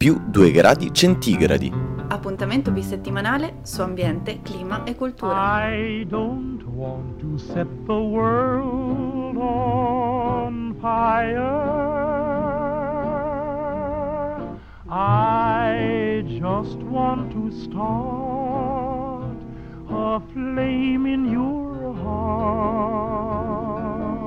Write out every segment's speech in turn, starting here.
più 2 gradi centigradi. Appuntamento bisettimanale su ambiente, clima e cultura. I don't want to set the world on fire. I just want to start a flame in your heart.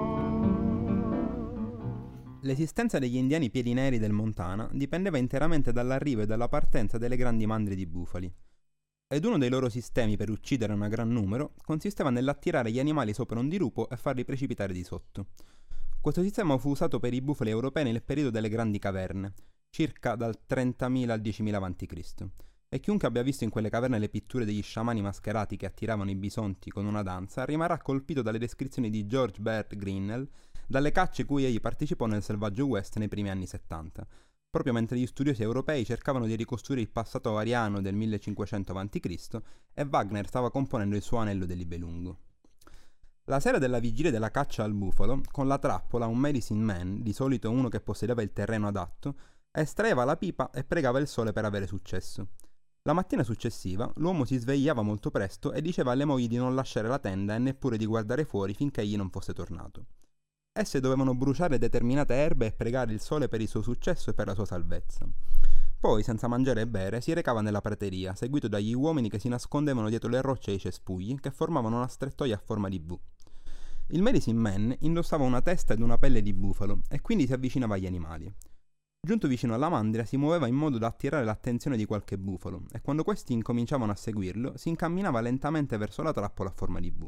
L'esistenza degli indiani piedi neri del Montana dipendeva interamente dall'arrivo e dalla partenza delle grandi mandrie di bufali. Ed uno dei loro sistemi per uccidere un gran numero consisteva nell'attirare gli animali sopra un dirupo e farli precipitare di sotto. Questo sistema fu usato per i bufali europei nel periodo delle grandi caverne, circa dal 30.000 al 10.000 a.C., e chiunque abbia visto in quelle caverne le pitture degli sciamani mascherati che attiravano i bisonti con una danza rimarrà colpito dalle descrizioni di George Bert Grinnell dalle cacce cui egli partecipò nel selvaggio West nei primi anni 70, proprio mentre gli studiosi europei cercavano di ricostruire il passato ariano del 1500 a.C. e Wagner stava componendo il suo Anello del Libelungo. La sera della vigilia della caccia al bufalo, con la trappola, un medicine man, di solito uno che possedeva il terreno adatto, estraeva la pipa e pregava il sole per avere successo. La mattina successiva, l'uomo si svegliava molto presto e diceva alle mogli di non lasciare la tenda e neppure di guardare fuori finché egli non fosse tornato. Esse dovevano bruciare determinate erbe e pregare il sole per il suo successo e per la sua salvezza. Poi, senza mangiare e bere, si recava nella prateria, seguito dagli uomini che si nascondevano dietro le rocce e i cespugli, che formavano una strettoia a forma di V. Il medicine man indossava una testa ed una pelle di bufalo, e quindi si avvicinava agli animali. Giunto vicino alla mandria, si muoveva in modo da attirare l'attenzione di qualche bufalo, e quando questi incominciavano a seguirlo, si incamminava lentamente verso la trappola a forma di V.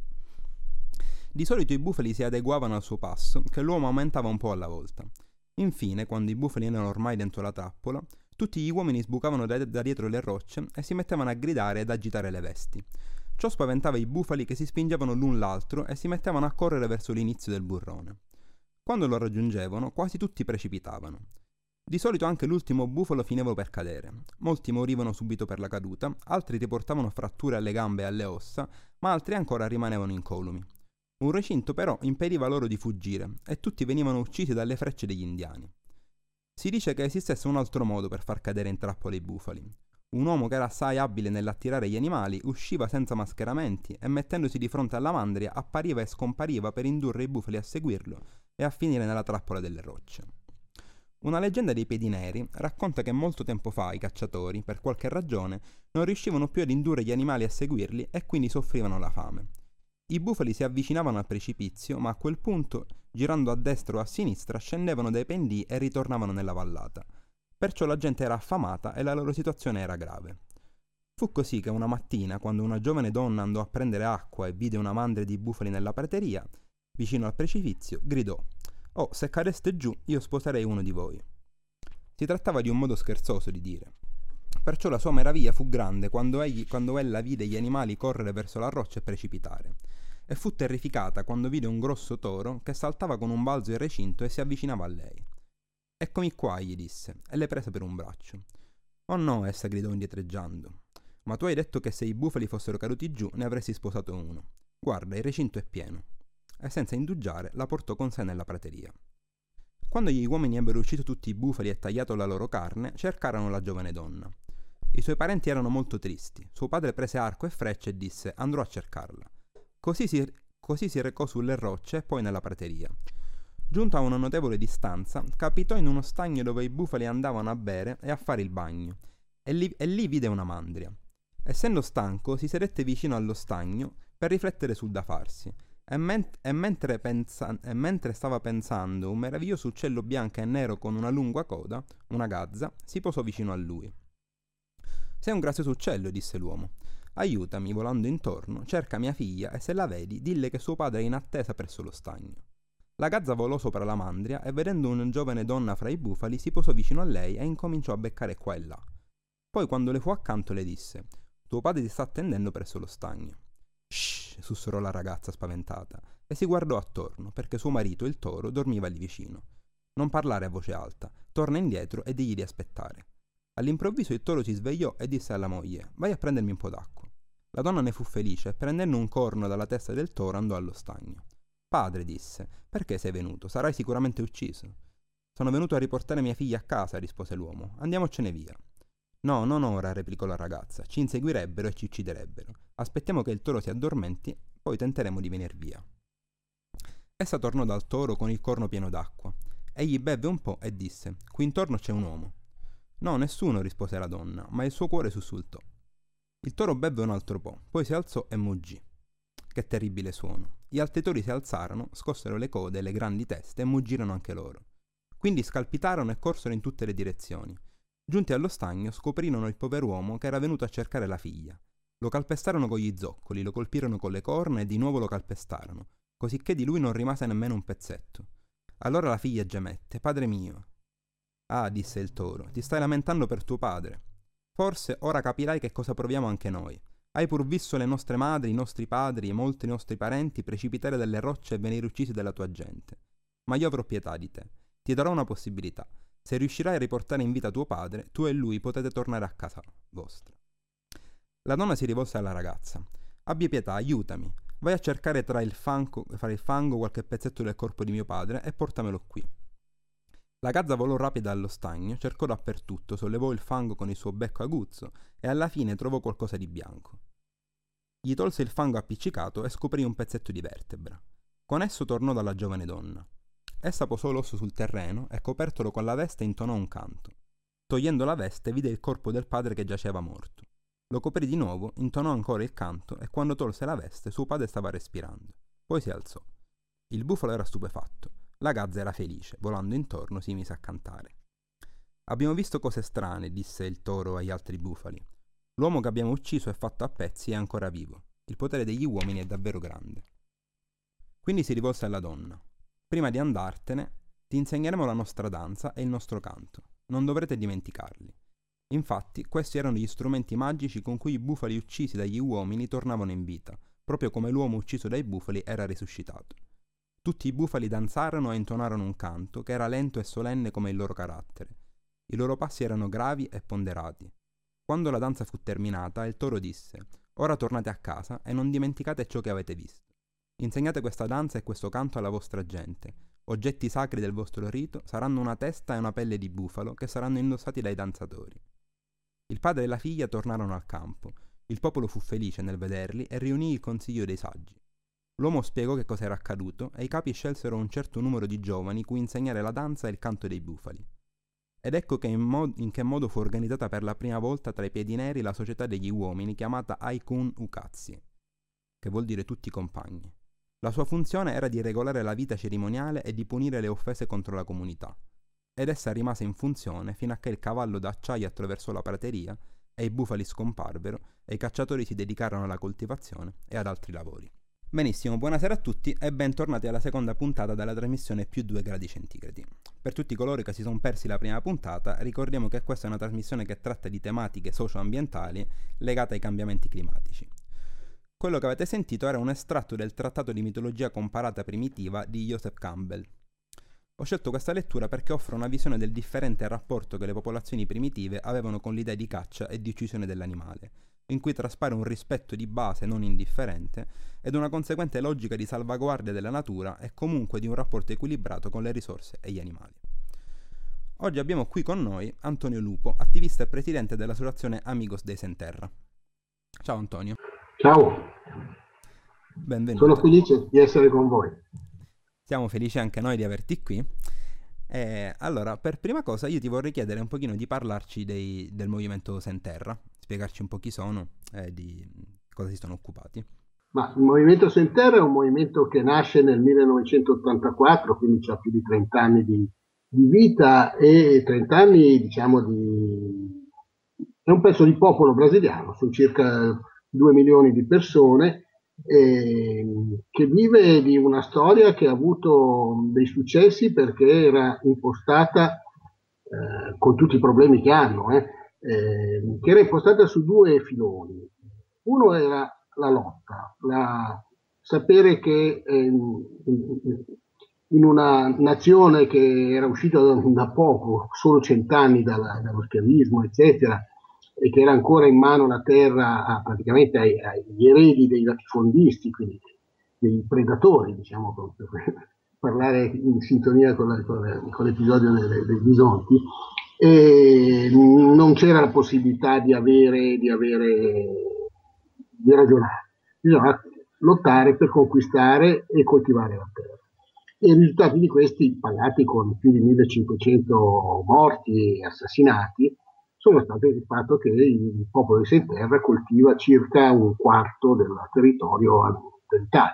Di solito i bufali si adeguavano al suo passo, che l'uomo aumentava un po' alla volta. Infine, quando i bufali erano ormai dentro la trappola, tutti gli uomini sbucavano da dietro le rocce e si mettevano a gridare ed agitare le vesti. Ciò spaventava i bufali che si spingevano l'un l'altro e si mettevano a correre verso l'inizio del burrone. Quando lo raggiungevano, quasi tutti precipitavano. Di solito anche l'ultimo bufalo finiva per cadere. Molti morivano subito per la caduta, altri riportavano fratture alle gambe e alle ossa, ma altri ancora rimanevano incolumi. Un recinto però impediva loro di fuggire e tutti venivano uccisi dalle frecce degli indiani. Si dice che esistesse un altro modo per far cadere in trappola i bufali. Un uomo che era assai abile nell'attirare gli animali usciva senza mascheramenti e mettendosi di fronte alla mandria appariva e scompariva per indurre i bufali a seguirlo e a finire nella trappola delle rocce. Una leggenda dei piedi neri racconta che molto tempo fa i cacciatori, per qualche ragione, non riuscivano più ad indurre gli animali a seguirli e quindi soffrivano la fame. I bufali si avvicinavano al precipizio, ma a quel punto, girando a destra o a sinistra, scendevano dai pendii e ritornavano nella vallata. Perciò la gente era affamata e la loro situazione era grave. Fu così che una mattina, quando una giovane donna andò a prendere acqua e vide una mandria di bufali nella prateria, vicino al precipizio, gridò: «Oh, se cadeste giù, io sposerei uno di voi». Si trattava di un modo scherzoso di dire. Perciò la sua meraviglia fu grande quando ella vide gli animali correre verso la roccia e precipitare. E fu terrificata quando vide un grosso toro che saltava con un balzo il recinto e si avvicinava a lei. «Eccomi qua», gli disse, e le prese per un braccio. «Oh no», essa gridò indietreggiando, «ma tu hai detto che se i bufali fossero caduti giù ne avresti sposato uno. Guarda, il recinto è pieno». E senza indugiare la portò con sé nella prateria. Quando gli uomini ebbero ucciso tutti i bufali e tagliato la loro carne, cercarono la giovane donna. I suoi parenti erano molto tristi. Suo padre prese arco e frecce e disse: «Andrò a cercarla». Così si recò sulle rocce e poi nella prateria. Giunto a una notevole distanza, capitò in uno stagno dove i bufali andavano a bere e a fare il bagno, e lì vide una mandria. Essendo stanco, si sedette vicino allo stagno per riflettere sul da farsi, e mentre stava pensando, un meraviglioso uccello bianco e nero con una lunga coda, una gazza, si posò vicino a lui. «Sei un grazioso uccello», disse l'uomo. «Aiutami, volando intorno, cerca mia figlia e se la vedi, dille che suo padre è in attesa presso lo stagno». La gazza volò sopra la mandria e vedendo una giovane donna fra i bufali si posò vicino a lei e incominciò a beccare qua e là. Poi quando le fu accanto le disse: «Tuo padre ti sta attendendo presso lo stagno». «Shh», sussurrò la ragazza spaventata e si guardò attorno perché suo marito, il toro, dormiva lì vicino. «Non parlare a voce alta, torna indietro e digli di aspettare». All'improvviso il toro si svegliò e disse alla moglie: «Vai a prendermi un po' d'acqua». La donna ne fu felice e prendendo un corno dalla testa del toro andò allo stagno. «Padre», disse, «perché sei venuto? Sarai sicuramente ucciso». Sono venuto a riportare mia figlia a casa, rispose l'uomo. Andiamocene via. No, non ora, replicò la ragazza. Ci inseguirebbero e ci ucciderebbero. Aspettiamo che il toro si addormenti, poi tenteremo di venir via. Essa tornò dal toro con il corno pieno d'acqua. Egli bevve un po' e disse: Qui intorno c'è un uomo. No, nessuno, rispose la donna, ma il suo cuore sussultò. Il toro bevve un altro po', poi si alzò e muggì. Che terribile suono. Gli altri tori si alzarono, scossero le code e le grandi teste e muggirono anche loro. Quindi scalpitarono e corsero in tutte le direzioni. Giunti allo stagno, scoprirono il pover'uomo che era venuto a cercare la figlia. Lo calpestarono con gli zoccoli, lo colpirono con le corna e di nuovo lo calpestarono, cosicché di lui non rimase nemmeno un pezzetto. Allora la figlia gemette: Padre mio. Ah, disse il toro, ti stai lamentando per tuo padre. Forse ora capirai che cosa proviamo anche noi. Hai pur visto le nostre madri, i nostri padri e molti nostri parenti precipitare dalle rocce e venire uccisi dalla tua gente. Ma io avrò pietà di te. Ti darò una possibilità. Se riuscirai a riportare in vita tuo padre, tu e lui potete tornare a casa vostra. La donna si rivolse alla ragazza. Abbi pietà, aiutami. Vai a cercare fra il fango qualche pezzetto del corpo di mio padre e portamelo qui. La gazza volò rapida allo stagno, cercò dappertutto, sollevò il fango con il suo becco aguzzo e alla fine trovò qualcosa di bianco. Gli tolse il fango appiccicato e scoprì un pezzetto di vertebra. Con esso tornò dalla giovane donna. Essa posò l'osso sul terreno e copertolo con la veste intonò un canto. Togliendo la veste vide il corpo del padre che giaceva morto. Lo coprì di nuovo, intonò ancora il canto e quando tolse la veste suo padre stava respirando. Poi si alzò. Il bufalo era stupefatto. La gazza era felice, volando intorno si mise a cantare. Abbiamo visto cose strane, disse il toro agli altri bufali. L'uomo che abbiamo ucciso e fatto a pezzi è ancora vivo. Il potere degli uomini è davvero grande. Quindi si rivolse alla donna. Prima di andartene, ti insegneremo la nostra danza e il nostro canto. Non dovrete dimenticarli. Infatti, questi erano gli strumenti magici con cui i bufali uccisi dagli uomini tornavano in vita, proprio come l'uomo ucciso dai bufali era risuscitato. Tutti i bufali danzarono e intonarono un canto che era lento e solenne come il loro carattere. I loro passi erano gravi e ponderati. Quando la danza fu terminata, il toro disse: Ora tornate a casa e non dimenticate ciò che avete visto. Insegnate questa danza e questo canto alla vostra gente. Oggetti sacri del vostro rito saranno una testa e una pelle di bufalo che saranno indossati dai danzatori. Il padre e la figlia tornarono al campo. Il popolo fu felice nel vederli e riunì il consiglio dei saggi. L'uomo spiegò che cosa era accaduto e i capi scelsero un certo numero di giovani cui insegnare la danza e il canto dei bufali. Ed ecco che in che modo fu organizzata per la prima volta tra i piedi neri la società degli uomini chiamata Aikun Ukatsi, che vuol dire tutti i compagni. La sua funzione era di regolare la vita cerimoniale e di punire le offese contro la comunità. Ed essa rimase in funzione fino a che il cavallo d'acciaio attraversò la prateria e i bufali scomparvero e i cacciatori si dedicarono alla coltivazione e ad altri lavori. Benissimo, buonasera a tutti e bentornati alla seconda puntata della trasmissione più 2 gradi centigradi. Per tutti coloro che si sono persi la prima puntata, ricordiamo che questa è una trasmissione che tratta di tematiche socio-ambientali legate ai cambiamenti climatici. Quello che avete sentito era un estratto del Trattato di mitologia comparata primitiva di Joseph Campbell. Ho scelto questa lettura perché offre una visione del differente rapporto che le popolazioni primitive avevano con l'idea di caccia e di uccisione dell'animale, in cui traspare un rispetto di base non indifferente ed una conseguente logica di salvaguardia della natura e comunque di un rapporto equilibrato con le risorse e gli animali. Oggi abbiamo qui con noi Antonio Lupo, attivista e presidente dell'associazione Amigos de Senterra. Ciao Antonio. Ciao. Benvenuto. Sono felice di essere con voi. Siamo felici anche noi di averti qui. Allora, per prima cosa io ti vorrei chiedere un pochino di parlarci del movimento Senterra, spiegarci un po' chi sono e di cosa si sono occupati. Ma il movimento Senterra è un movimento che nasce nel 1984, quindi ha più di 30 anni di vita e 30 anni, diciamo, è un pezzo di popolo brasiliano, sono circa 2 milioni di persone, che vive di una storia che ha avuto dei successi perché era impostata con tutti i problemi che hanno, che era impostata su 2 filoni. Uno era la lotta, sapere che in una nazione che era uscita da poco, solo 100 anni dallo schiavismo, eccetera, e che era ancora in mano la terra praticamente agli eredi dei latifondisti, quindi dei predatori, diciamo, parlare in sintonia con l'episodio dei bisonti, e non c'era la possibilità di ragionare. Bisogna lottare per conquistare e coltivare la terra. E i risultati di questi, pagati con più di 1500 morti e assassinati, sono stati il fatto che il popolo di Saint-Terre coltiva circa un quarto del territorio dell'Italia,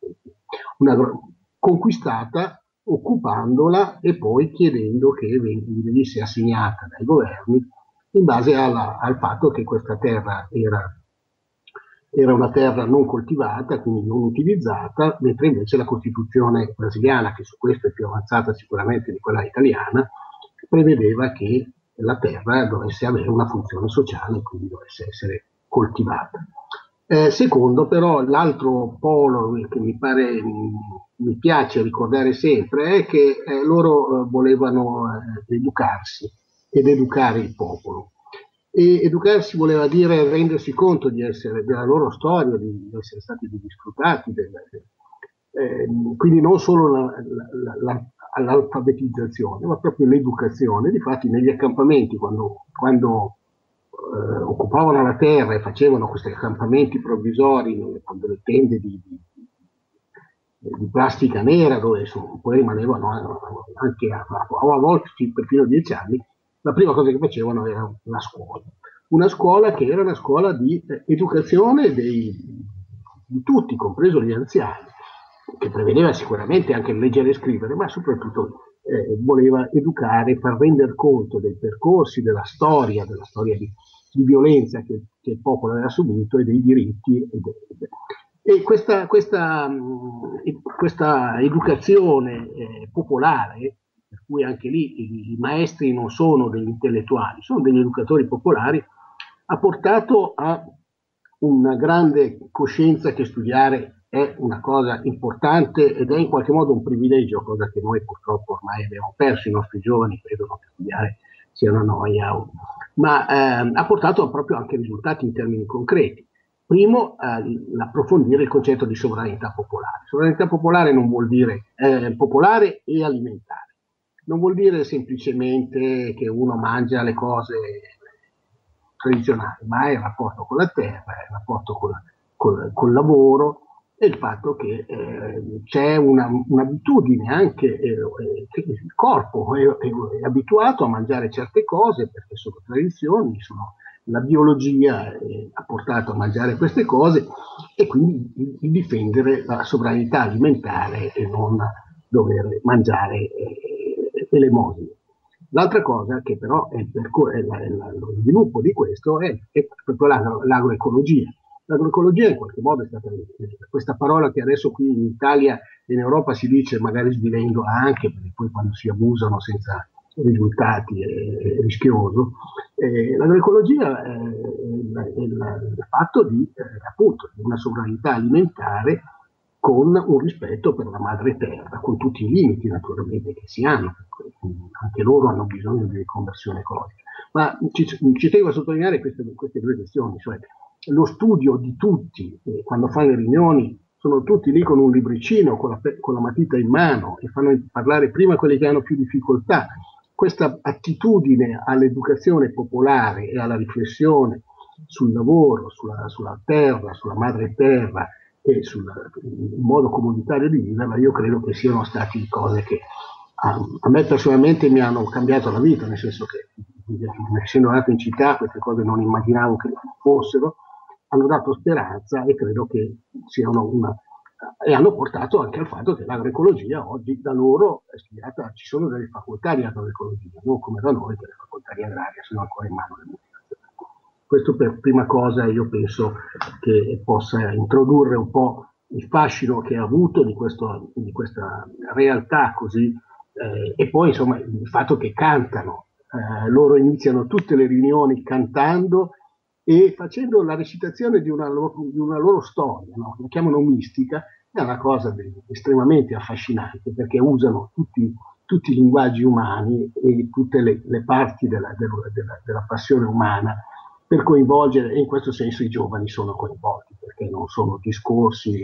conquistata, occupandola e poi chiedendo che venisse assegnata dai governi in base al fatto che questa terra era una terra non coltivata, quindi non utilizzata, mentre invece la Costituzione brasiliana, che su questo è più avanzata sicuramente di quella italiana, prevedeva che la terra dovesse avere una funzione sociale, quindi dovesse essere coltivata. Secondo, però, l'altro polo che mi piace ricordare sempre è che loro volevano educarsi ed educare il popolo. E educarsi voleva dire rendersi conto della loro storia, di essere stati degli sfruttati, quindi non solo l'alfabetizzazione, ma proprio l'educazione. Difatti negli accampamenti, quando occupavano la terra e facevano questi accampamenti provvisori con delle tende di plastica nera, dove poi rimanevano anche a volte perfino 10 anni, la prima cosa che facevano era la scuola. Una scuola che era una scuola di educazione di tutti, compreso gli anziani, che prevedeva sicuramente anche leggere e scrivere, ma soprattutto voleva educare, far rendere conto dei percorsi, della storia di violenza che il popolo aveva subito e dei diritti. E questa educazione popolare, per cui anche lì i maestri non sono degli intellettuali, sono degli educatori popolari, ha portato a una grande coscienza che studiare è una cosa importante ed è in qualche modo un privilegio, cosa che noi purtroppo ormai abbiamo perso. I nostri giovani credono che studiare sia una noia, ma ha portato proprio anche risultati in termini concreti. Primo, l'approfondire il concetto di sovranità popolare. Sovranità popolare non vuol dire popolare e alimentare. Non vuol dire semplicemente che uno mangia le cose tradizionali, ma è il rapporto con la terra, è il rapporto col lavoro, e il fatto che c'è un'abitudine anche, che il corpo è abituato a mangiare certe cose perché sono tradizioni, la biologia ha portato a mangiare queste cose, e quindi il difendere la sovranità alimentare e non dover mangiare elemosine. L'altra cosa che però è lo sviluppo di questo è proprio l'agroecologia. L'agroecologia in qualche modo è stata questa parola che adesso qui in Italia e in Europa si dice magari svilendola anche, perché poi quando si abusano senza risultati è rischioso. L'agroecologia è il fatto di appunto una sovranità alimentare con un rispetto per la madre terra, con tutti i limiti naturalmente che si hanno, anche loro hanno bisogno di riconversione ecologica. Ma ci tengo a sottolineare queste due questioni, cioè lo studio di tutti, quando fanno le riunioni, sono tutti lì con un libricino, con la matita in mano, e fanno parlare prima quelli che hanno più difficoltà. Questa attitudine all'educazione popolare e alla riflessione sul lavoro, sulla terra, sulla madre terra e sul modo comunitario di viverla, io credo che siano stati cose che a me personalmente mi hanno cambiato la vita, nel senso che essendo nato in città queste cose non immaginavo che fossero, hanno dato speranza e credo che siano e hanno portato anche al fatto che l'agroecologia oggi da loro è studiata, ci sono delle facoltà di agroecologia, non come da noi che le facoltà di agraria sono ancora in mano alle multinazionali. Questo per prima cosa io penso che possa introdurre un po' il fascino che ha avuto di questa realtà così, e poi insomma il fatto che cantano, loro iniziano tutte le riunioni cantando e facendo la recitazione di una loro storia, no? La chiamano mistica, è una cosa estremamente affascinante perché usano tutti i linguaggi umani e tutte le parti della passione umana per coinvolgere, e in questo senso i giovani sono coinvolti perché non sono discorsi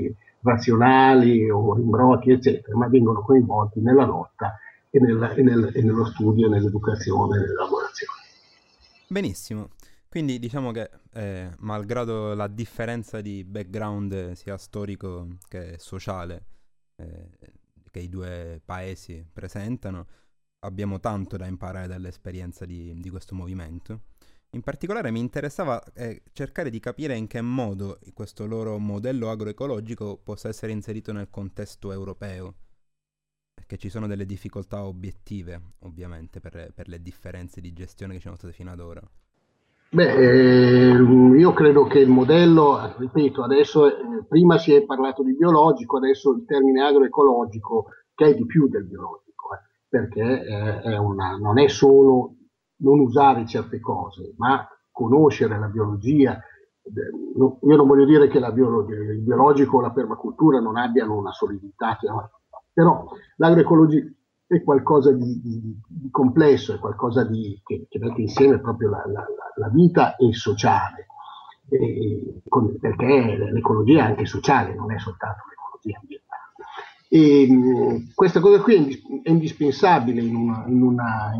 razionali o rimbroti, eccetera, ma vengono coinvolti nella lotta e nello studio, nell'educazione, nell'elaborazione. Benissimo. Quindi diciamo che malgrado la differenza di background sia storico che sociale che i due paesi presentano, abbiamo tanto da imparare dall'esperienza di questo movimento. In particolare mi interessava cercare di capire in che modo questo loro modello agroecologico possa essere inserito nel contesto europeo, perché ci sono delle difficoltà obiettive, ovviamente, per le differenze di gestione che ci sono state fino ad ora. Io credo che il modello, ripeto, adesso prima si è parlato di biologico, adesso il termine agroecologico, che è di più del biologico, perché non è solo non usare certe cose, ma conoscere la biologia. Io non voglio dire che il biologico o la permacultura non abbiano una solidità, però l'agroecologia è qualcosa di complesso, è qualcosa che mette insieme proprio la vita e il sociale, perché l'ecologia è anche sociale, non è soltanto l'ecologia ambientale. E questa cosa qui è indispensabile in una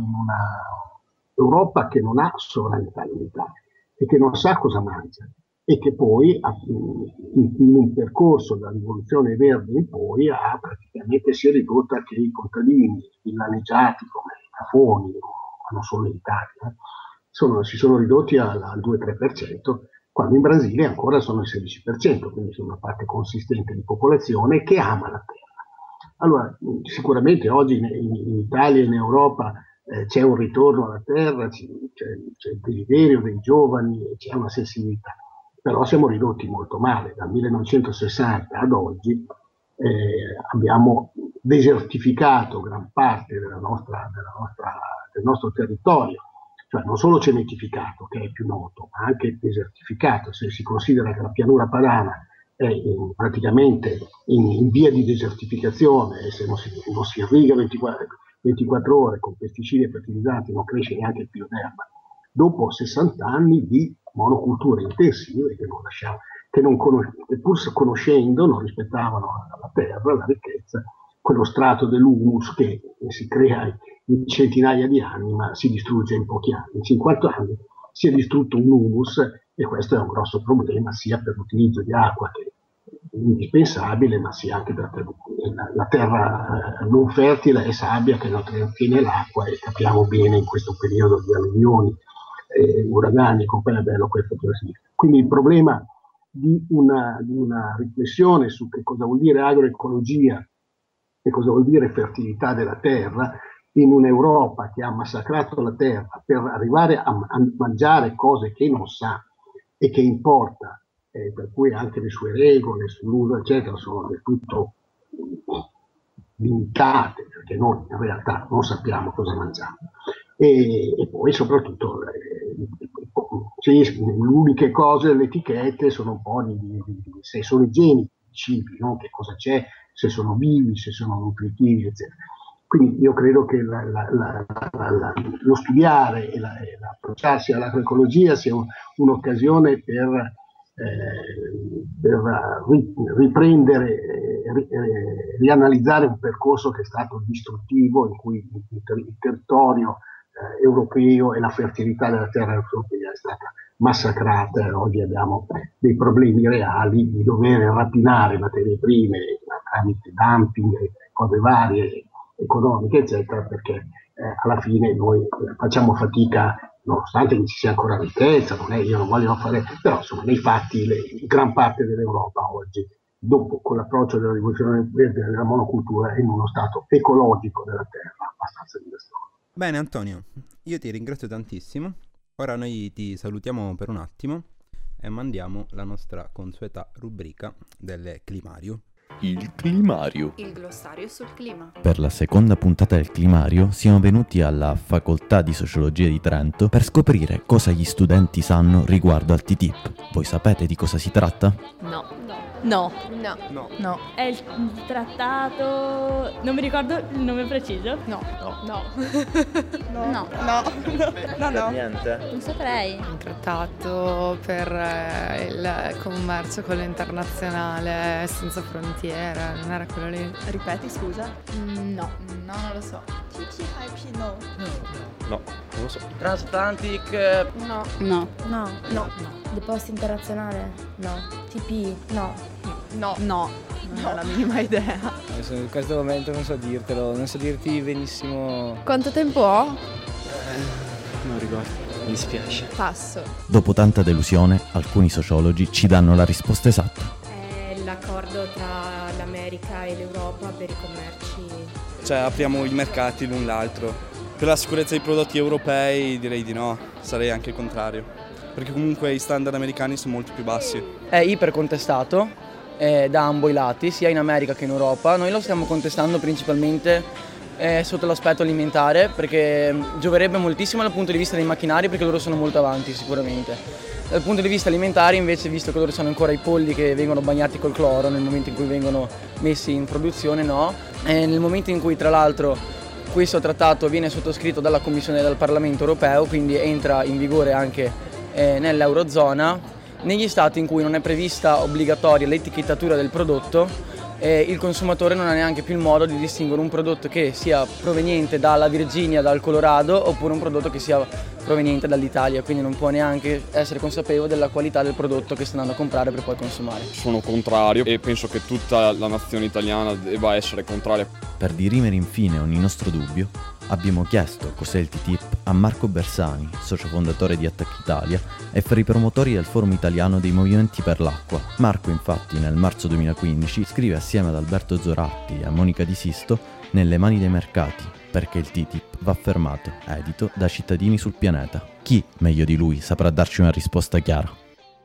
Europa che non ha sovranità alimentare e che non sa cosa mangia, e che poi in un percorso della rivoluzione verde in poi praticamente si è ridotta che i contadini villaneggiati come i cafoni, ma non solo in Italia, si sono ridotti al 2-3%, quando in Brasile ancora sono il 16%, quindi sono una parte consistente di popolazione che ama la terra. Allora, sicuramente oggi in Italia e in Europa c'è un ritorno alla terra, c'è il desiderio dei giovani, c'è una sensibilità, però siamo ridotti molto male. Dal 1960 ad oggi abbiamo desertificato gran parte del nostro territorio, cioè non solo cementificato, che è più noto, ma anche desertificato. Se si considera che la pianura padana è praticamente in via di desertificazione, e se non si irriga 24 ore con pesticidi e fertilizzanti non cresce neanche più d'erba, dopo 60 anni di monoculture intensive che pur conoscendo non rispettavano la terra, la ricchezza, quello strato dell'humus che si crea in centinaia di anni ma si distrugge in pochi anni. In 50 anni si è distrutto un humus, e questo è un grosso problema sia per l'utilizzo di acqua, che è indispensabile, ma sia anche perché la terra non fertile è sabbia che non trattiene l'acqua, e capiamo bene in questo periodo di alluvioni, uragani e compagnia bella questo cosa significa. Quindi il problema di una riflessione su che cosa vuol dire agroecologia e cosa vuol dire fertilità della terra in un'Europa che ha massacrato la terra per arrivare a mangiare cose che non sa e che importa, per cui anche le sue regole sull'uso eccetera sono del tutto limitate, perché noi in realtà non sappiamo cosa mangiamo. E poi soprattutto le uniche cose, le etichette sono un po' se sono igienici i cibi, no? Che cosa c'è, se sono vivi, se sono nutritivi, eccetera. Quindi io credo che lo studiare e l'approcciarsi all'agroecologia sia un'occasione per riprendere, rianalizzare un percorso che è stato distruttivo, in cui il territorio europeo e la fertilità della terra europea è stata massacrata, e oggi abbiamo dei problemi reali di dover rapinare materie prime tramite dumping e cose varie, economiche, eccetera, perché alla fine noi facciamo fatica, nonostante ci sia ancora ricchezza, io non voglio fare, però insomma nei fatti gran parte dell'Europa oggi, dopo con l'approccio della rivoluzione verde e della monocultura, è in uno stato ecologico della terra abbastanza disastroso. Bene Antonio, io ti ringrazio tantissimo. Ora noi ti salutiamo per un attimo e mandiamo la nostra consueta rubrica del Climario. Il Climario. Il glossario sul clima. Per la seconda puntata del Climario siamo venuti alla Facoltà di Sociologia di Trento per scoprire cosa gli studenti sanno riguardo al TTIP. Voi sapete di cosa si tratta? No. No. No. No. No. È il trattato... Non mi ricordo il nome preciso. No. No. No. No. Niente. Non saprei. Un trattato per il commercio quello internazionale senza frontiere, non era quello lì? Ripeti, scusa. No, non lo so. No, non lo so. Transatlantic. No. No. No. Deposit internazionale? No. TP? No. No. Non ho la minima idea. Adesso in questo momento non so dirtelo, non so dirti benissimo. Quanto tempo ho? Non ricordo, mi dispiace. Passo. Dopo tanta delusione, alcuni sociologi ci danno la risposta esatta. È l'accordo tra l'America e l'Europa per i commerci. Cioè apriamo i mercati l'un l'altro. Per la sicurezza dei prodotti europei direi di no, sarei anche il contrario. Perché comunque i standard americani sono molto più bassi. È iper contestato da ambo i lati, sia in America che in Europa. Noi lo stiamo contestando principalmente sotto l'aspetto alimentare, perché gioverebbe moltissimo dal punto di vista dei macchinari, perché loro sono molto avanti sicuramente. Dal punto di vista alimentare invece, visto che loro sono ancora i polli che vengono bagnati col cloro nel momento in cui vengono messi in produzione, no. E nel momento in cui tra l'altro questo trattato viene sottoscritto dalla Commissione e dal Parlamento europeo, quindi entra in vigore anche nell'Eurozona, negli stati in cui non è prevista obbligatoria l'etichettatura del prodotto, il consumatore non ha neanche più il modo di distinguere un prodotto che sia proveniente dalla Virginia, dal Colorado, oppure un prodotto che sia proveniente dall'Italia, quindi non può neanche essere consapevole della qualità del prodotto che sta andando a comprare per poi consumare. Sono contrario e penso che tutta la nazione italiana debba essere contraria. Per dirimere infine ogni nostro dubbio, abbiamo chiesto cos'è il TTIP a Marco Bersani, socio fondatore di Attac Italia e fra i promotori del Forum Italiano dei Movimenti per l'Acqua. Marco infatti nel marzo 2015 scrive assieme ad Alberto Zoratti e a Monica Di Sisto Nelle mani dei mercati, perché il TTIP va fermato, edito da cittadini sul pianeta. Chi meglio di lui saprà darci una risposta chiara?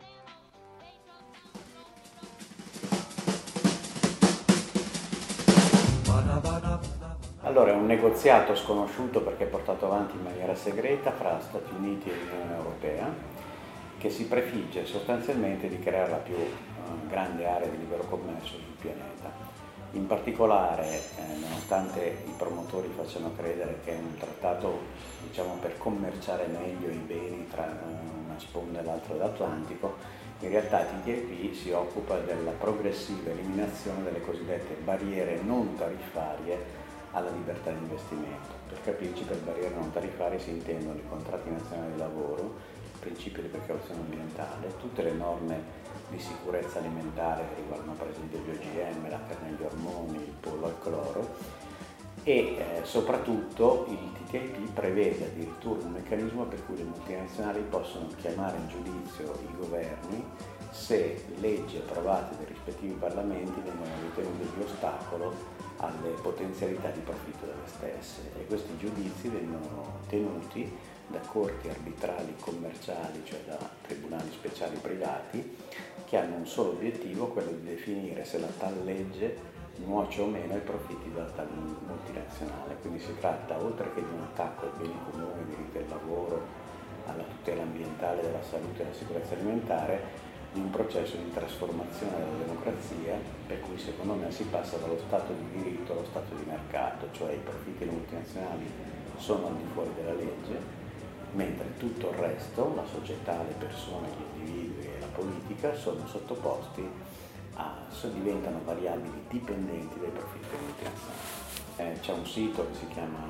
Allora, è un negoziato sconosciuto perché portato avanti in maniera segreta fra Stati Uniti e Unione Europea, che si prefigge sostanzialmente di creare la più grande area di libero commercio sul pianeta. In particolare, nonostante i promotori facciano credere che è un trattato, diciamo, per commerciare meglio i beni tra una sponda e l'altra dell'Atlantico, in realtà TTIP si occupa della progressiva eliminazione delle cosiddette barriere non tariffarie alla libertà di investimento. Per capirci, per barriere non tariffarie si intendono i contratti nazionali di lavoro, il principio di precauzione ambientale, tutte le norme di sicurezza alimentare che riguardano per esempio gli OGM, la carne agli ormoni, il pollo al cloro e soprattutto il TTIP prevede addirittura un meccanismo per cui le multinazionali possono chiamare in giudizio i governi se leggi approvate dai rispettivi parlamenti vengono ritenute di ostacolo alle potenzialità di profitto delle stesse, e questi giudizi vengono tenuti da corti arbitrali commerciali, cioè da tribunali speciali privati, che hanno un solo obiettivo, quello di definire se la tal legge nuoce o meno ai profitti della tal multinazionale. Quindi si tratta, oltre che di un attacco ai beni comuni, ai diritti del lavoro, alla tutela ambientale, della salute e della sicurezza alimentare, di un processo di trasformazione della democrazia, per cui secondo me si passa dallo Stato di diritto allo Stato di mercato, cioè i profitti delle multinazionali sono al di fuori della legge, mentre tutto il resto, la società, le persone, gli individui e la politica, sono sottoposti diventano variabili dipendenti dai profitti delle multinazionali. C'è un sito che si chiama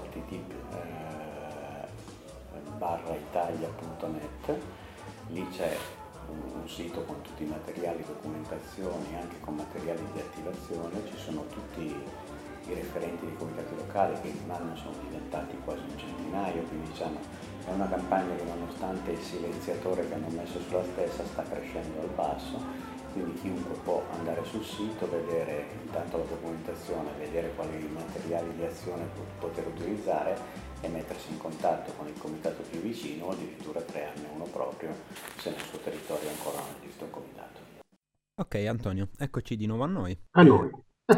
stopttip.italia.net, lì c'è un sito con tutti i materiali, documentazioni, anche con materiali di attivazione, ci sono tutti i referenti dei comitati locali che in un anno sono diventati quasi un centinaio, quindi diciamo è una campagna che nonostante il silenziatore che hanno messo sulla stessa sta crescendo al basso, quindi chiunque può andare sul sito, vedere intanto la documentazione, vedere quali materiali di azione poter utilizzare e mettersi in contatto con il comitato più vicino o addirittura crearne uno proprio se nel suo territorio ancora non esiste un comitato. Ok Antonio, eccoci di nuovo a noi. A noi.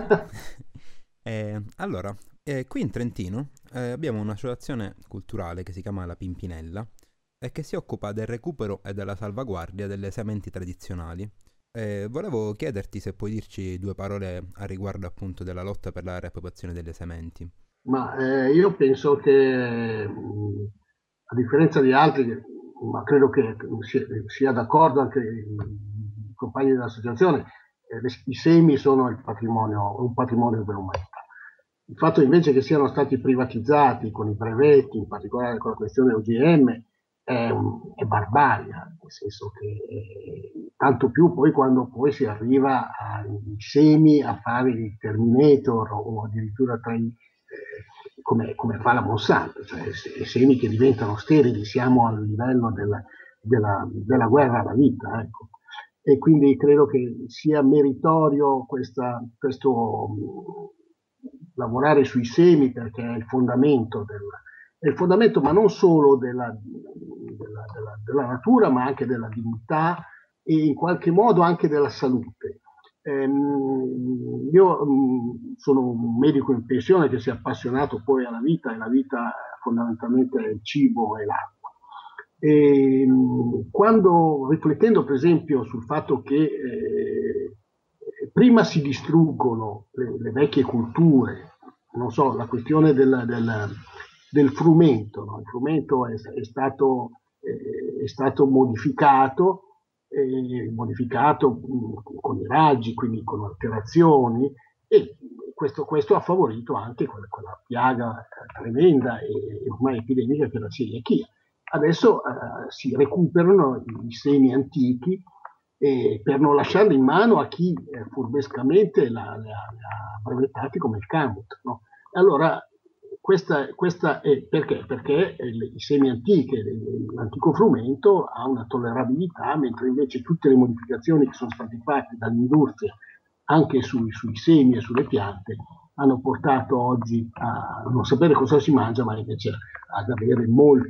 Allora, qui in Trentino abbiamo un'associazione culturale che si chiama La Pimpinella e che si occupa del recupero e della salvaguardia delle sementi tradizionali, Volevo chiederti se puoi dirci due parole a riguardo appunto della lotta per la riappropriazione delle sementi. Ma io penso che, a differenza di altri, ma credo che sia d'accordo anche i compagni dell'associazione, i semi sono un patrimonio dell'umanità. Il fatto invece che siano stati privatizzati con i brevetti, in particolare con la questione OGM, è barbaria, nel senso che tanto più poi quando poi si arriva ai semi a fare il Terminator o addirittura come fa la Monsanto, cioè semi che diventano sterili, siamo al livello della guerra alla vita, ecco. E quindi credo che sia meritorio questo lavorare sui semi, perché è il fondamento ma non solo della natura, ma anche della dignità e in qualche modo anche della salute. Io sono un medico in pensione che si è appassionato poi alla vita, e la vita fondamentalmente è il cibo e l'acqua. E quando, riflettendo per esempio sul fatto che prima si distruggono le vecchie culture, non so, la questione del frumento, no? Il frumento è stato modificato con i raggi, quindi con alterazioni, e questo ha favorito anche quella piaga tremenda e ormai epidemica che è la celiachia. Adesso si recuperano i semi antichi per non lasciarli in mano a chi furbescamente li ha brevettati come il Camut, no? Allora, questa è perché? Perché i semi antichi, l'antico frumento ha una tollerabilità, mentre invece tutte le modificazioni che sono state fatte dall'industria anche sui semi e sulle piante hanno portato oggi a non sapere cosa si mangia, ma invece ad avere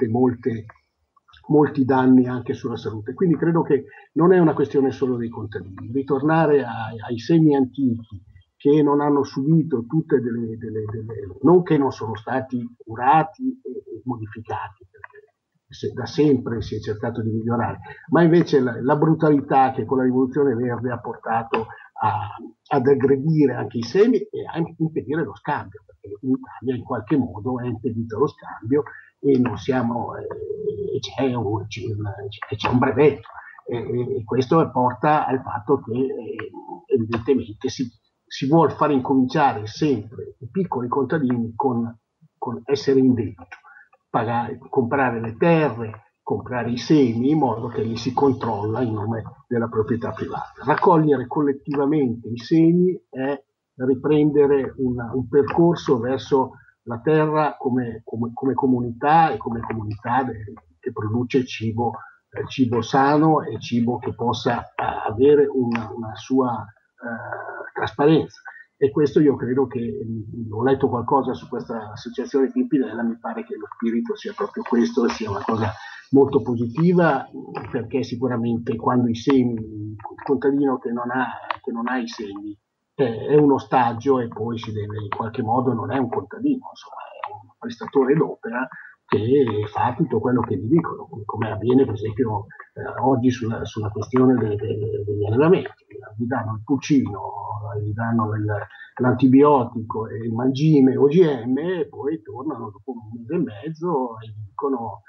molti danni anche sulla salute. Quindi credo che non è una questione solo dei contadini. Ritornare ai semi antichi che non hanno subito tutte non che non sono stati curati e modificati, perché da sempre si è cercato di migliorare, ma invece la brutalità che con la rivoluzione verde ha portato ad aggredire anche i semi e a impedire lo scambio, perché in Italia in qualche modo è impedito lo scambio e non siamo, c'è un brevetto, e questo porta al fatto che evidentemente si vuol far incominciare sempre i piccoli contadini con essere in debito, comprare le terre, comprare i semi, in modo che li si controlla in nome della proprietà privata. Raccogliere collettivamente i semi è riprendere un percorso verso la terra come comunità e come comunità che produce cibo sano e cibo che possa avere una sua trasparenza. E questo io credo che, ho letto qualcosa su questa associazione Pimpinella, mi pare che lo spirito sia proprio questo, e sia una cosa molto positiva, perché sicuramente quando i semi, il contadino che non ha i semi è un ostaggio, e poi si deve in qualche modo, non è un contadino, insomma è un prestatore d'opera che fa tutto quello che gli dicono, come avviene per esempio oggi sulla questione degli allevamenti. Gli danno il pulcino, gli danno l'antibiotico e il mangime OGM, e poi tornano dopo un mese e mezzo e gli dicono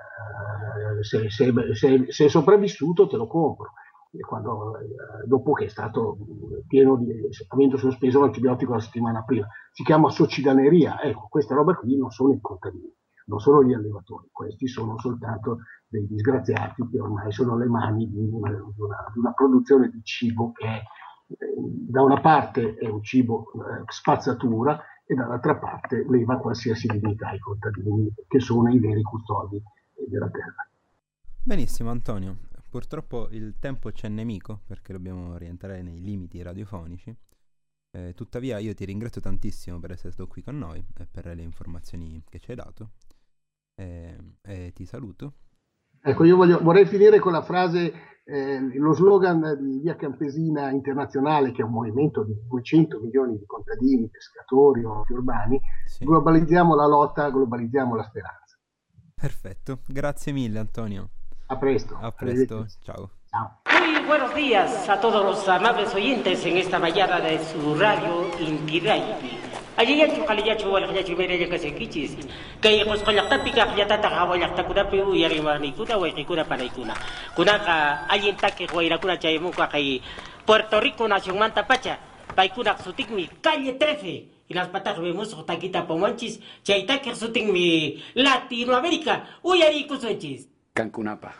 se è sopravvissuto te lo compro. E dopo che è stato avendo sospeso l'antibiotico la settimana prima, si chiama socidaneria. Ecco, questa roba qui non sono i contadini, non sono gli allevatori, questi sono soltanto dei disgraziati che ormai sono alle mani di una produzione di cibo che da una parte è un cibo spazzatura e dall'altra parte leva qualsiasi dignità ai contadini, che sono i veri custodi della terra. Benissimo Antonio, purtroppo il tempo c'è nemico, perché dobbiamo rientrare nei limiti radiofonici. Tuttavia io ti ringrazio tantissimo per essere stato qui con noi e per le informazioni che ci hai dato, e ti saluto. Ecco, io vorrei finire con la frase, lo slogan di Via Campesina Internazionale, che è un movimento di 200 milioni di contadini, pescatori o urbani. Sì. Globalizziamo la lotta, globalizziamo la speranza. Perfetto, grazie mille Antonio. A presto. A presto, ciao. Ciao. buenos días a todos los amables oyentes en esta mañana de su radio Inti Raymi. Allí ya chukaliyachu wala kaya chumere ya kasi kichis. Kaya kuskolakta pika kaya tatakawayak takuna piu yari manikuna wa ikuna panaikuna. Kuna ka ayin take huayra kuna chayamu ka kay Puerto Rico nación Manta Pacha. Paikuna sutik mi calle 13. Y las patas vemos taquita pomanchis. Chaitake sutik mi Latinoamérica. Uyari kusunchis. Cancunapa.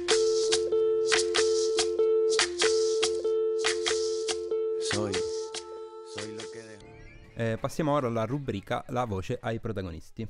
Soy lo que dejo. Passiamo ora alla rubrica La voce ai protagonisti.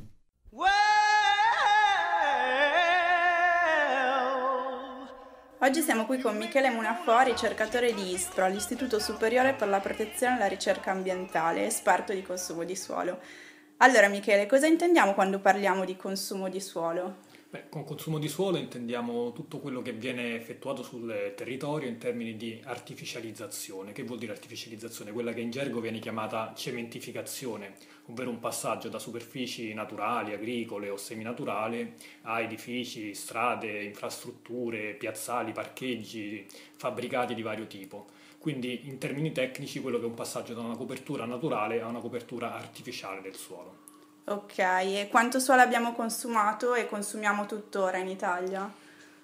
Oggi siamo qui con Michele Munafò, ricercatore di ISPRO, l'Istituto Superiore per la Protezione e la Ricerca Ambientale, esperto di consumo di suolo. Allora Michele, cosa intendiamo quando parliamo di consumo di suolo? Con consumo di suolo intendiamo tutto quello che viene effettuato sul territorio in termini di artificializzazione. Che vuol dire artificializzazione? Quella che in gergo viene chiamata cementificazione, ovvero un passaggio da superfici naturali, agricole o seminaturali a edifici, strade, infrastrutture, piazzali, parcheggi, fabbricati di vario tipo. Quindi in termini tecnici quello che è un passaggio da una copertura naturale a una copertura artificiale del suolo. Ok, e quanto suolo abbiamo consumato e consumiamo tuttora in Italia?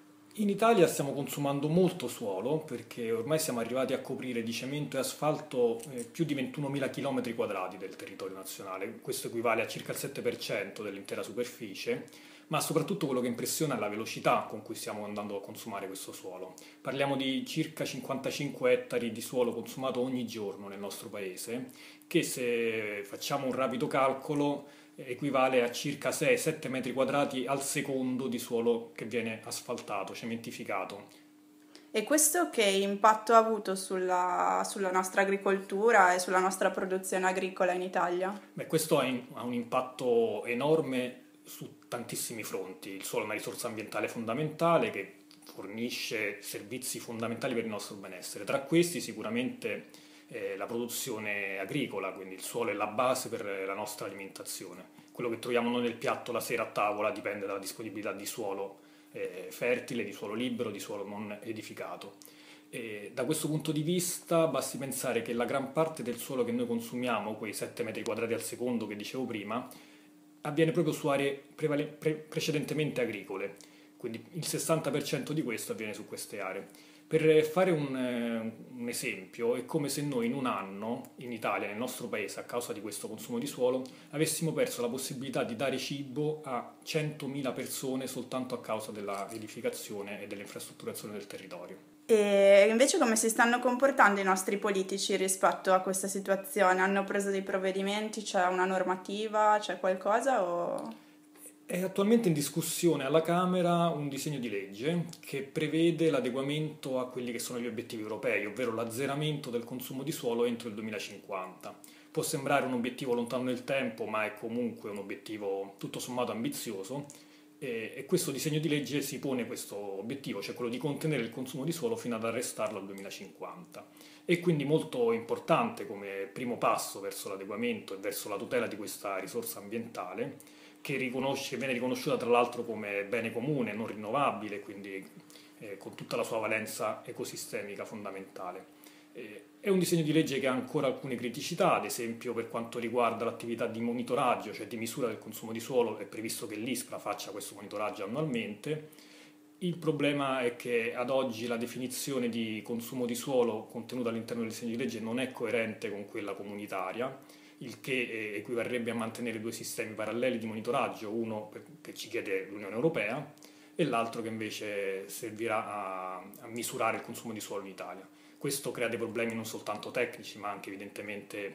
In Italia stiamo consumando molto suolo perché ormai siamo arrivati a coprire di cemento e asfalto più di 21.000 km quadrati del territorio nazionale. Questo equivale a circa il 7% dell'intera superficie, ma soprattutto quello che impressiona è la velocità con cui stiamo andando a consumare questo suolo. Parliamo di circa 55 ettari di suolo consumato ogni giorno nel nostro paese, che se facciamo un rapido calcolo equivale a circa 6-7 metri quadrati al secondo di suolo che viene asfaltato, cementificato. E questo che impatto ha avuto sulla nostra agricoltura e sulla nostra produzione agricola in Italia? Questo ha un impatto enorme su tantissimi fronti. Il suolo è una risorsa ambientale fondamentale che fornisce servizi fondamentali per il nostro benessere. Tra questi sicuramente la produzione agricola, quindi il suolo è la base per la nostra alimentazione. Quello che troviamo noi nel piatto la sera a tavola dipende dalla disponibilità di suolo fertile, di suolo libero, di suolo non edificato. Da questo punto di vista basti pensare che la gran parte del suolo che noi consumiamo, quei 7 metri quadrati al secondo che dicevo prima, avviene proprio su aree precedentemente agricole, quindi il 60% di questo avviene su queste aree. Per fare un esempio, è come se noi in un anno, in Italia, nel nostro paese, a causa di questo consumo di suolo, avessimo perso la possibilità di dare cibo a 100.000 persone soltanto a causa della edificazione e dell'infrastrutturazione del territorio. E invece come si stanno comportando i nostri politici rispetto a questa situazione? Hanno preso dei provvedimenti? C'è una normativa? C'è qualcosa o... È attualmente in discussione alla Camera un disegno di legge che prevede l'adeguamento a quelli che sono gli obiettivi europei, ovvero l'azzeramento del consumo di suolo entro il 2050. Può sembrare un obiettivo lontano nel tempo, ma è comunque un obiettivo tutto sommato ambizioso e questo disegno di legge si pone questo obiettivo, cioè quello di contenere il consumo di suolo fino ad arrestarlo al 2050. È quindi molto importante come primo passo verso l'adeguamento e verso la tutela di questa risorsa ambientale, che viene riconosciuta tra l'altro come bene comune, non rinnovabile, quindi con tutta la sua valenza ecosistemica fondamentale. È un disegno di legge che ha ancora alcune criticità, ad esempio per quanto riguarda l'attività di monitoraggio, cioè di misura del consumo di suolo. È previsto che l'ISPRA faccia questo monitoraggio annualmente. Il problema è che ad oggi la definizione di consumo di suolo contenuta all'interno del disegno di legge non è coerente con quella comunitaria, il che equivarrebbe a mantenere due sistemi paralleli di monitoraggio, uno che ci chiede l'Unione Europea e l'altro che invece servirà a misurare il consumo di suolo in Italia. Questo crea dei problemi non soltanto tecnici, ma anche evidentemente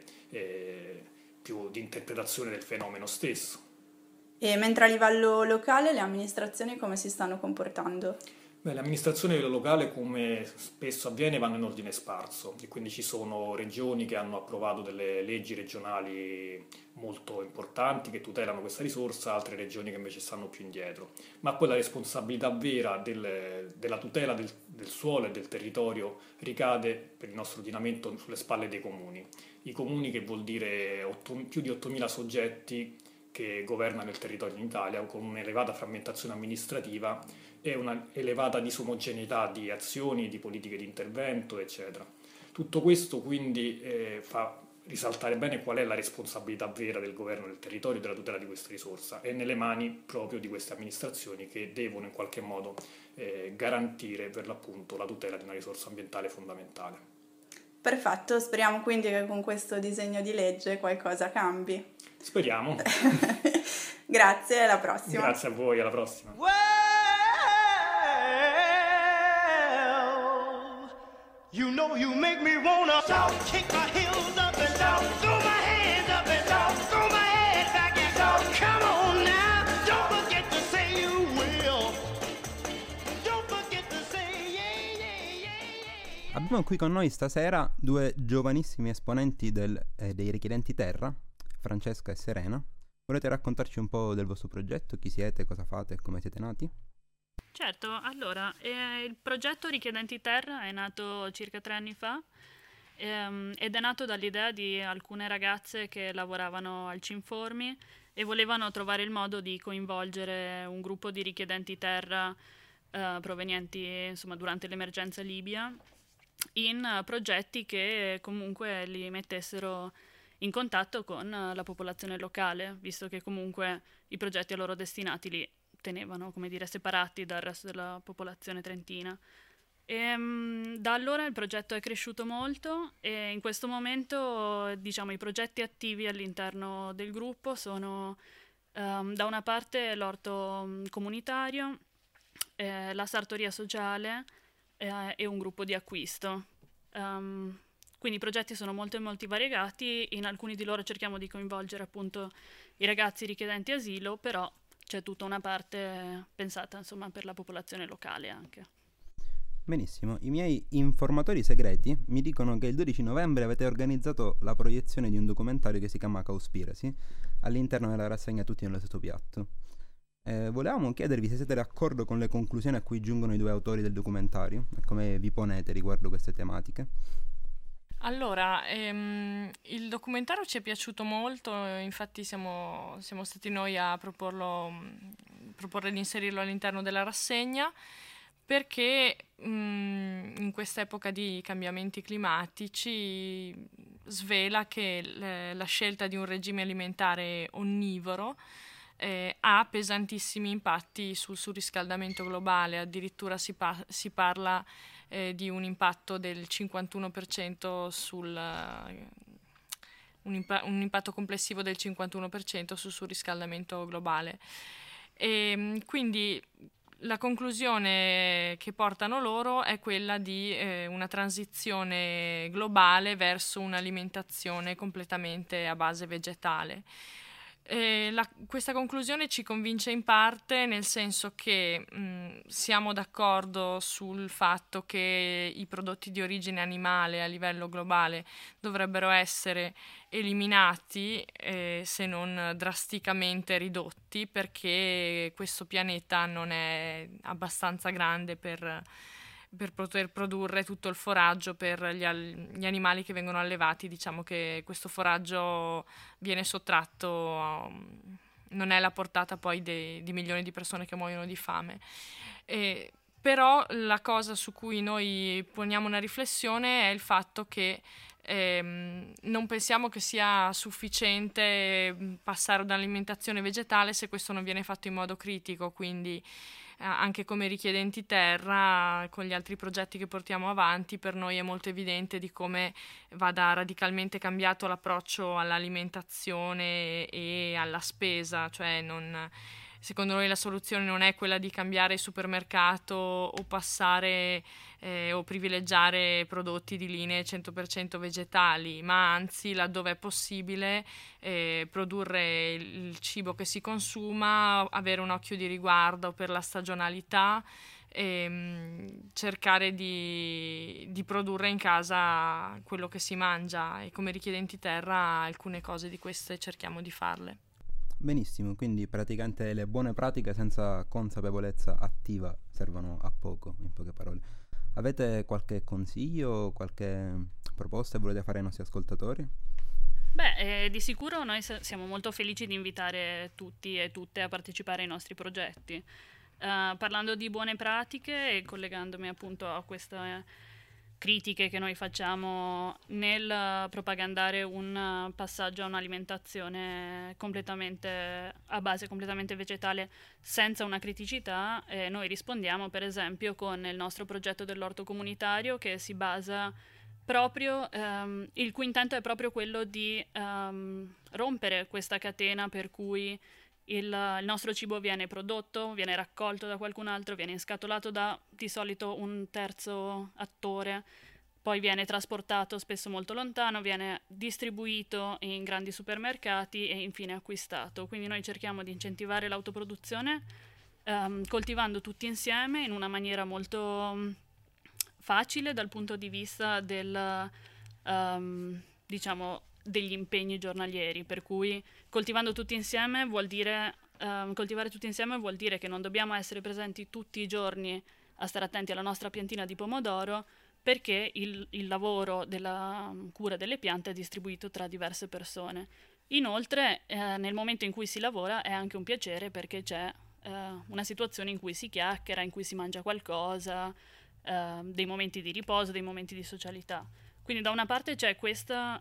più di interpretazione del fenomeno stesso. E mentre a livello locale le amministrazioni come si stanno comportando? Le amministrazioni locali, come spesso avviene, vanno in ordine sparso e quindi ci sono regioni che hanno approvato delle leggi regionali molto importanti che tutelano questa risorsa, altre regioni che invece stanno più indietro. Ma poi la responsabilità vera della tutela del suolo e del territorio ricade per il nostro ordinamento sulle spalle dei comuni. I comuni, che vuol dire più di 8.000 soggetti che governano il territorio in Italia, con un'elevata frammentazione amministrativa e una elevata disomogeneità di azioni, di politiche di intervento, eccetera. Tutto questo quindi fa risaltare bene qual è la responsabilità vera del governo del territorio e della tutela di questa risorsa. È nelle mani proprio di queste amministrazioni che devono in qualche modo garantire per l'appunto la tutela di una risorsa ambientale fondamentale. Perfetto, speriamo quindi che con questo disegno di legge qualcosa cambi. Speriamo. Grazie, alla prossima. Grazie a voi, alla prossima. You know you make me wanna shout, kick my heels up and shout, throw my hands up and shout, throw my head back and shout. Come on now, don't forget to say you will. Don't forget to say yeah, yeah, yeah. Abbiamo qui con noi stasera due giovanissimi esponenti dei richiedenti terra, Francesca e Serena. Volete raccontarci un po' del vostro progetto? Chi siete, cosa fate e come siete nati? Certo, allora, il progetto Richiedenti Terra è nato circa 3 anni fa ed è nato dall'idea di alcune ragazze che lavoravano al Cinformi e volevano trovare il modo di coinvolgere un gruppo di richiedenti terra provenienti insomma durante l'emergenza Libia in progetti che comunque li mettessero in contatto con la popolazione locale, visto che comunque i progetti a loro destinati li tenevano, come dire, separati dal resto della popolazione trentina. E da allora il progetto è cresciuto molto e in questo momento, diciamo, i progetti attivi all'interno del gruppo sono da una parte l'orto comunitario, la sartoria sociale e un gruppo di acquisto. Quindi i progetti sono molto variegati, in alcuni di loro cerchiamo di coinvolgere appunto i ragazzi richiedenti asilo, però c'è tutta una parte pensata insomma per la popolazione locale anche. Benissimo, i miei informatori segreti mi dicono che il 12 novembre avete organizzato la proiezione di un documentario che si chiama Cowspiracy all'interno della rassegna Tutti nello stesso piatto. Volevamo chiedervi se siete d'accordo con le conclusioni a cui giungono i due autori del documentario e come vi ponete riguardo queste tematiche. Allora, il documentario ci è piaciuto molto, infatti siamo stati noi a proporre di inserirlo all'interno della rassegna, perché in questa epoca di cambiamenti climatici svela che la scelta di un regime alimentare onnivoro ha pesantissimi impatti sul surriscaldamento globale, addirittura si parla di un impatto del 51% un impatto complessivo del 51% sul surriscaldamento globale. E quindi la conclusione che portano loro è quella di una transizione globale verso un'alimentazione completamente a base vegetale. Questa conclusione ci convince in parte, nel senso che siamo d'accordo sul fatto che i prodotti di origine animale a livello globale dovrebbero essere eliminati, se non drasticamente ridotti, perché questo pianeta non è abbastanza grande per poter produrre tutto il foraggio per gli animali che vengono allevati. Diciamo che questo foraggio viene sottratto, non è alla portata poi di milioni di persone che muoiono di fame. Però la cosa su cui noi poniamo una riflessione è il fatto che non pensiamo che sia sufficiente passare da un'alimentazione vegetale se questo non viene fatto in modo critico, quindi anche come richiedenti terra, con gli altri progetti che portiamo avanti, per noi è molto evidente di come vada radicalmente cambiato l'approccio all'alimentazione e alla spesa, cioè secondo noi la soluzione non è quella di cambiare il supermercato o passare o privilegiare prodotti di linee 100% vegetali, ma anzi, laddove è possibile, produrre il cibo che si consuma, avere un occhio di riguardo per la stagionalità e cercare di produrre in casa quello che si mangia, e come richiedenti terra alcune cose di queste cerchiamo di farle. Benissimo, quindi praticamente le buone pratiche senza consapevolezza attiva servono a poco, in poche parole. Avete qualche consiglio, qualche proposta che volete fare ai nostri ascoltatori? Di sicuro noi siamo molto felici di invitare tutti e tutte a partecipare ai nostri progetti. Parlando di buone pratiche e collegandomi appunto a queste critiche che noi facciamo nel propagandare un passaggio a un'alimentazione a base completamente vegetale senza una criticità, noi rispondiamo per esempio con il nostro progetto dell'orto comunitario, che si basa proprio, il cui intento è proprio quello di rompere questa catena per cui il nostro cibo viene prodotto, viene raccolto da qualcun altro, viene inscatolato da di solito un terzo attore, poi viene trasportato spesso molto lontano, viene distribuito in grandi supermercati e infine acquistato. Quindi noi cerchiamo di incentivare l'autoproduzione coltivando tutti insieme in una maniera molto facile dal punto di vista del degli impegni giornalieri, per cui coltivare tutti insieme vuol dire che non dobbiamo essere presenti tutti i giorni a stare attenti alla nostra piantina di pomodoro, perché il lavoro della cura delle piante è distribuito tra diverse persone. Inoltre nel momento in cui si lavora è anche un piacere, perché c'è una situazione in cui si chiacchiera, in cui si mangia qualcosa, dei momenti di riposo, dei momenti di socialità. Quindi da una parte c'è questo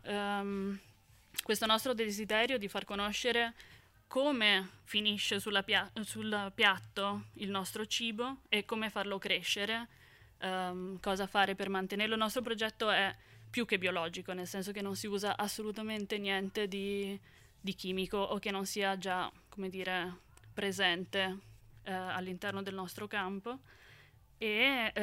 nostro desiderio di far conoscere come finisce sul piatto il nostro cibo e come farlo crescere, cosa fare per mantenerlo. Il nostro progetto è più che biologico, nel senso che non si usa assolutamente niente di chimico o che non sia già, come dire, presente all'interno del nostro campo. E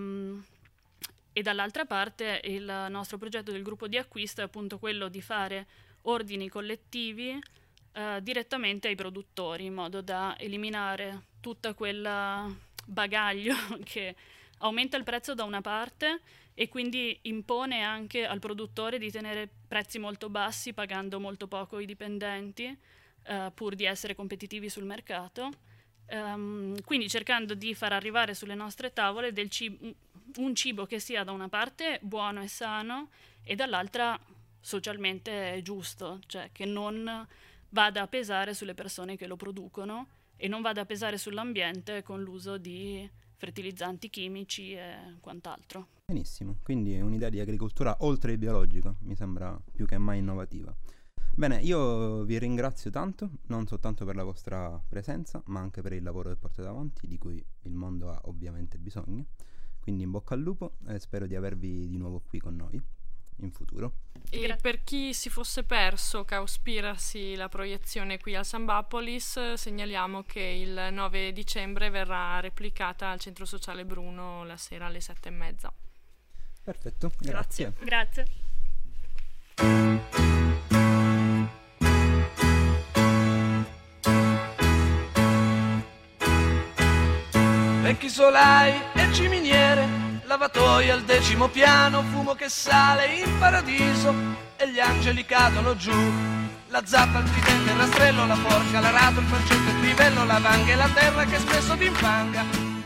dall'altra parte il nostro progetto del gruppo di acquisto è appunto quello di fare ordini collettivi direttamente ai produttori, in modo da eliminare tutto quel bagaglio che aumenta il prezzo da una parte e quindi impone anche al produttore di tenere prezzi molto bassi, pagando molto poco i dipendenti, pur di essere competitivi sul mercato. Quindi cercando di far arrivare sulle nostre tavole un cibo che sia da una parte buono e sano e dall'altra socialmente giusto, cioè che non vada a pesare sulle persone che lo producono e non vada a pesare sull'ambiente con l'uso di fertilizzanti chimici e quant'altro. Benissimo, quindi è un'idea di agricoltura oltre il biologico, mi sembra più che mai innovativa. Bene, io vi ringrazio tanto, non soltanto per la vostra presenza, ma anche per il lavoro che portate avanti, di cui il mondo ha ovviamente bisogno. Quindi in bocca al lupo e spero di avervi di nuovo qui con noi in futuro. E per chi si fosse perso Cowspiracy, la proiezione qui al Sambapolis, segnaliamo che il 9 dicembre verrà replicata al Centro Sociale Bruno la sera alle 7:30. Perfetto, grazie. Grazie. Vecchi solai e ciminiere, lavatoie al 10° piano, fumo che sale in paradiso e gli angeli cadono giù. La zappa, il tridente, il rastrello, la forca, l'arato, il fancetto, il livello, la vanga e la terra che spesso t'infanga.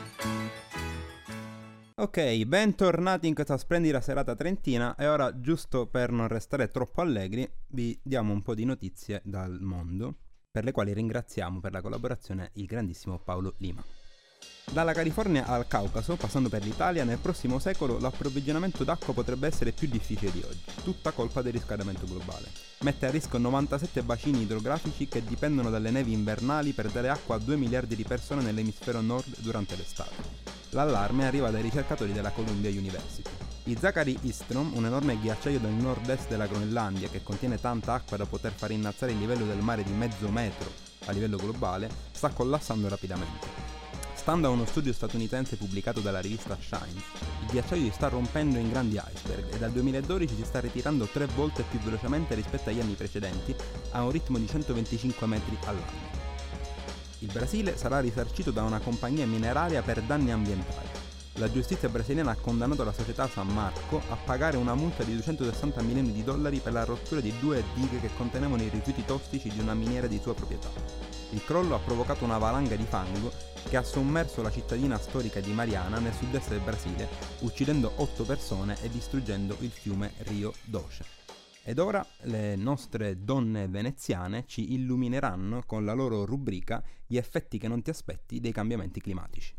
Ok, bentornati in questa splendida serata trentina e ora, giusto per non restare troppo allegri, vi diamo un po' di notizie dal mondo, per le quali ringraziamo per la collaborazione il grandissimo Paolo Lima. Dalla California al Caucaso, passando per l'Italia, nel prossimo secolo l'approvvigionamento d'acqua potrebbe essere più difficile di oggi, tutta colpa del riscaldamento globale. Mette a rischio 97 bacini idrografici che dipendono dalle nevi invernali per dare acqua a 2 miliardi di persone nell'emisfero nord durante l'estate. L'allarme arriva dai ricercatori della Columbia University. Il Zachary Istrom, un enorme ghiacciaio del nord-est della Groenlandia che contiene tanta acqua da poter far innalzare il livello del mare di mezzo metro a livello globale, sta collassando rapidamente. Stando a uno studio statunitense pubblicato dalla rivista Science, il ghiacciaio si sta rompendo in grandi iceberg e dal 2012 si sta ritirando 3 volte più velocemente rispetto agli anni precedenti, a un ritmo di 125 metri all'anno. Il Brasile sarà risarcito da una compagnia mineraria per danni ambientali. La giustizia brasiliana ha condannato la società San Marco a pagare una multa di $260 milioni per la rottura di 2 dighe che contenevano i rifiuti tossici di una miniera di sua proprietà. Il crollo ha provocato una valanga di fango che ha sommerso la cittadina storica di Mariana nel sud-est del Brasile, uccidendo 8 persone e distruggendo il fiume Rio Doce. Ed ora le nostre donne veneziane ci illumineranno con la loro rubrica Gli effetti che non ti aspetti dei cambiamenti climatici.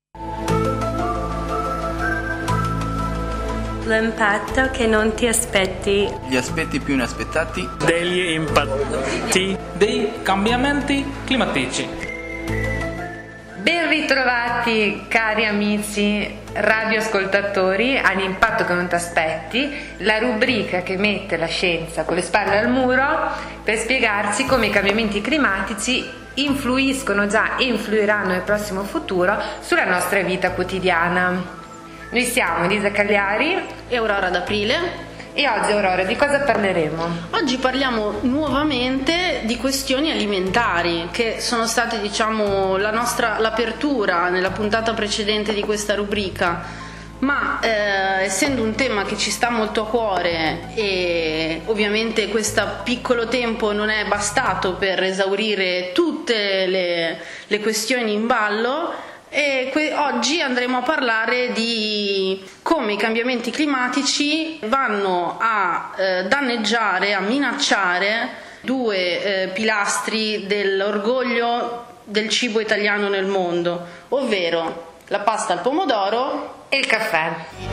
L'impatto che non ti aspetti. Gli aspetti più inaspettati degli impatti dei cambiamenti climatici. Ben ritrovati cari amici radioascoltatori all'Impatto che non ti aspetti, la rubrica che mette la scienza con le spalle al muro per spiegarci come i cambiamenti climatici influiscono già e influiranno nel prossimo futuro sulla nostra vita quotidiana. Noi siamo Elisa Cagliari e Aurora D'Aprile. E oggi, Aurora, di cosa parleremo? Oggi parliamo nuovamente di questioni alimentari, che sono state, diciamo, l'apertura nella puntata precedente di questa rubrica, ma essendo un tema che ci sta molto a cuore e ovviamente questo piccolo tempo non è bastato per esaurire tutte le questioni in ballo, e oggi andremo a parlare di come i cambiamenti climatici vanno a danneggiare, a minacciare due pilastri dell'orgoglio del cibo italiano nel mondo, ovvero la pasta al pomodoro e il caffè.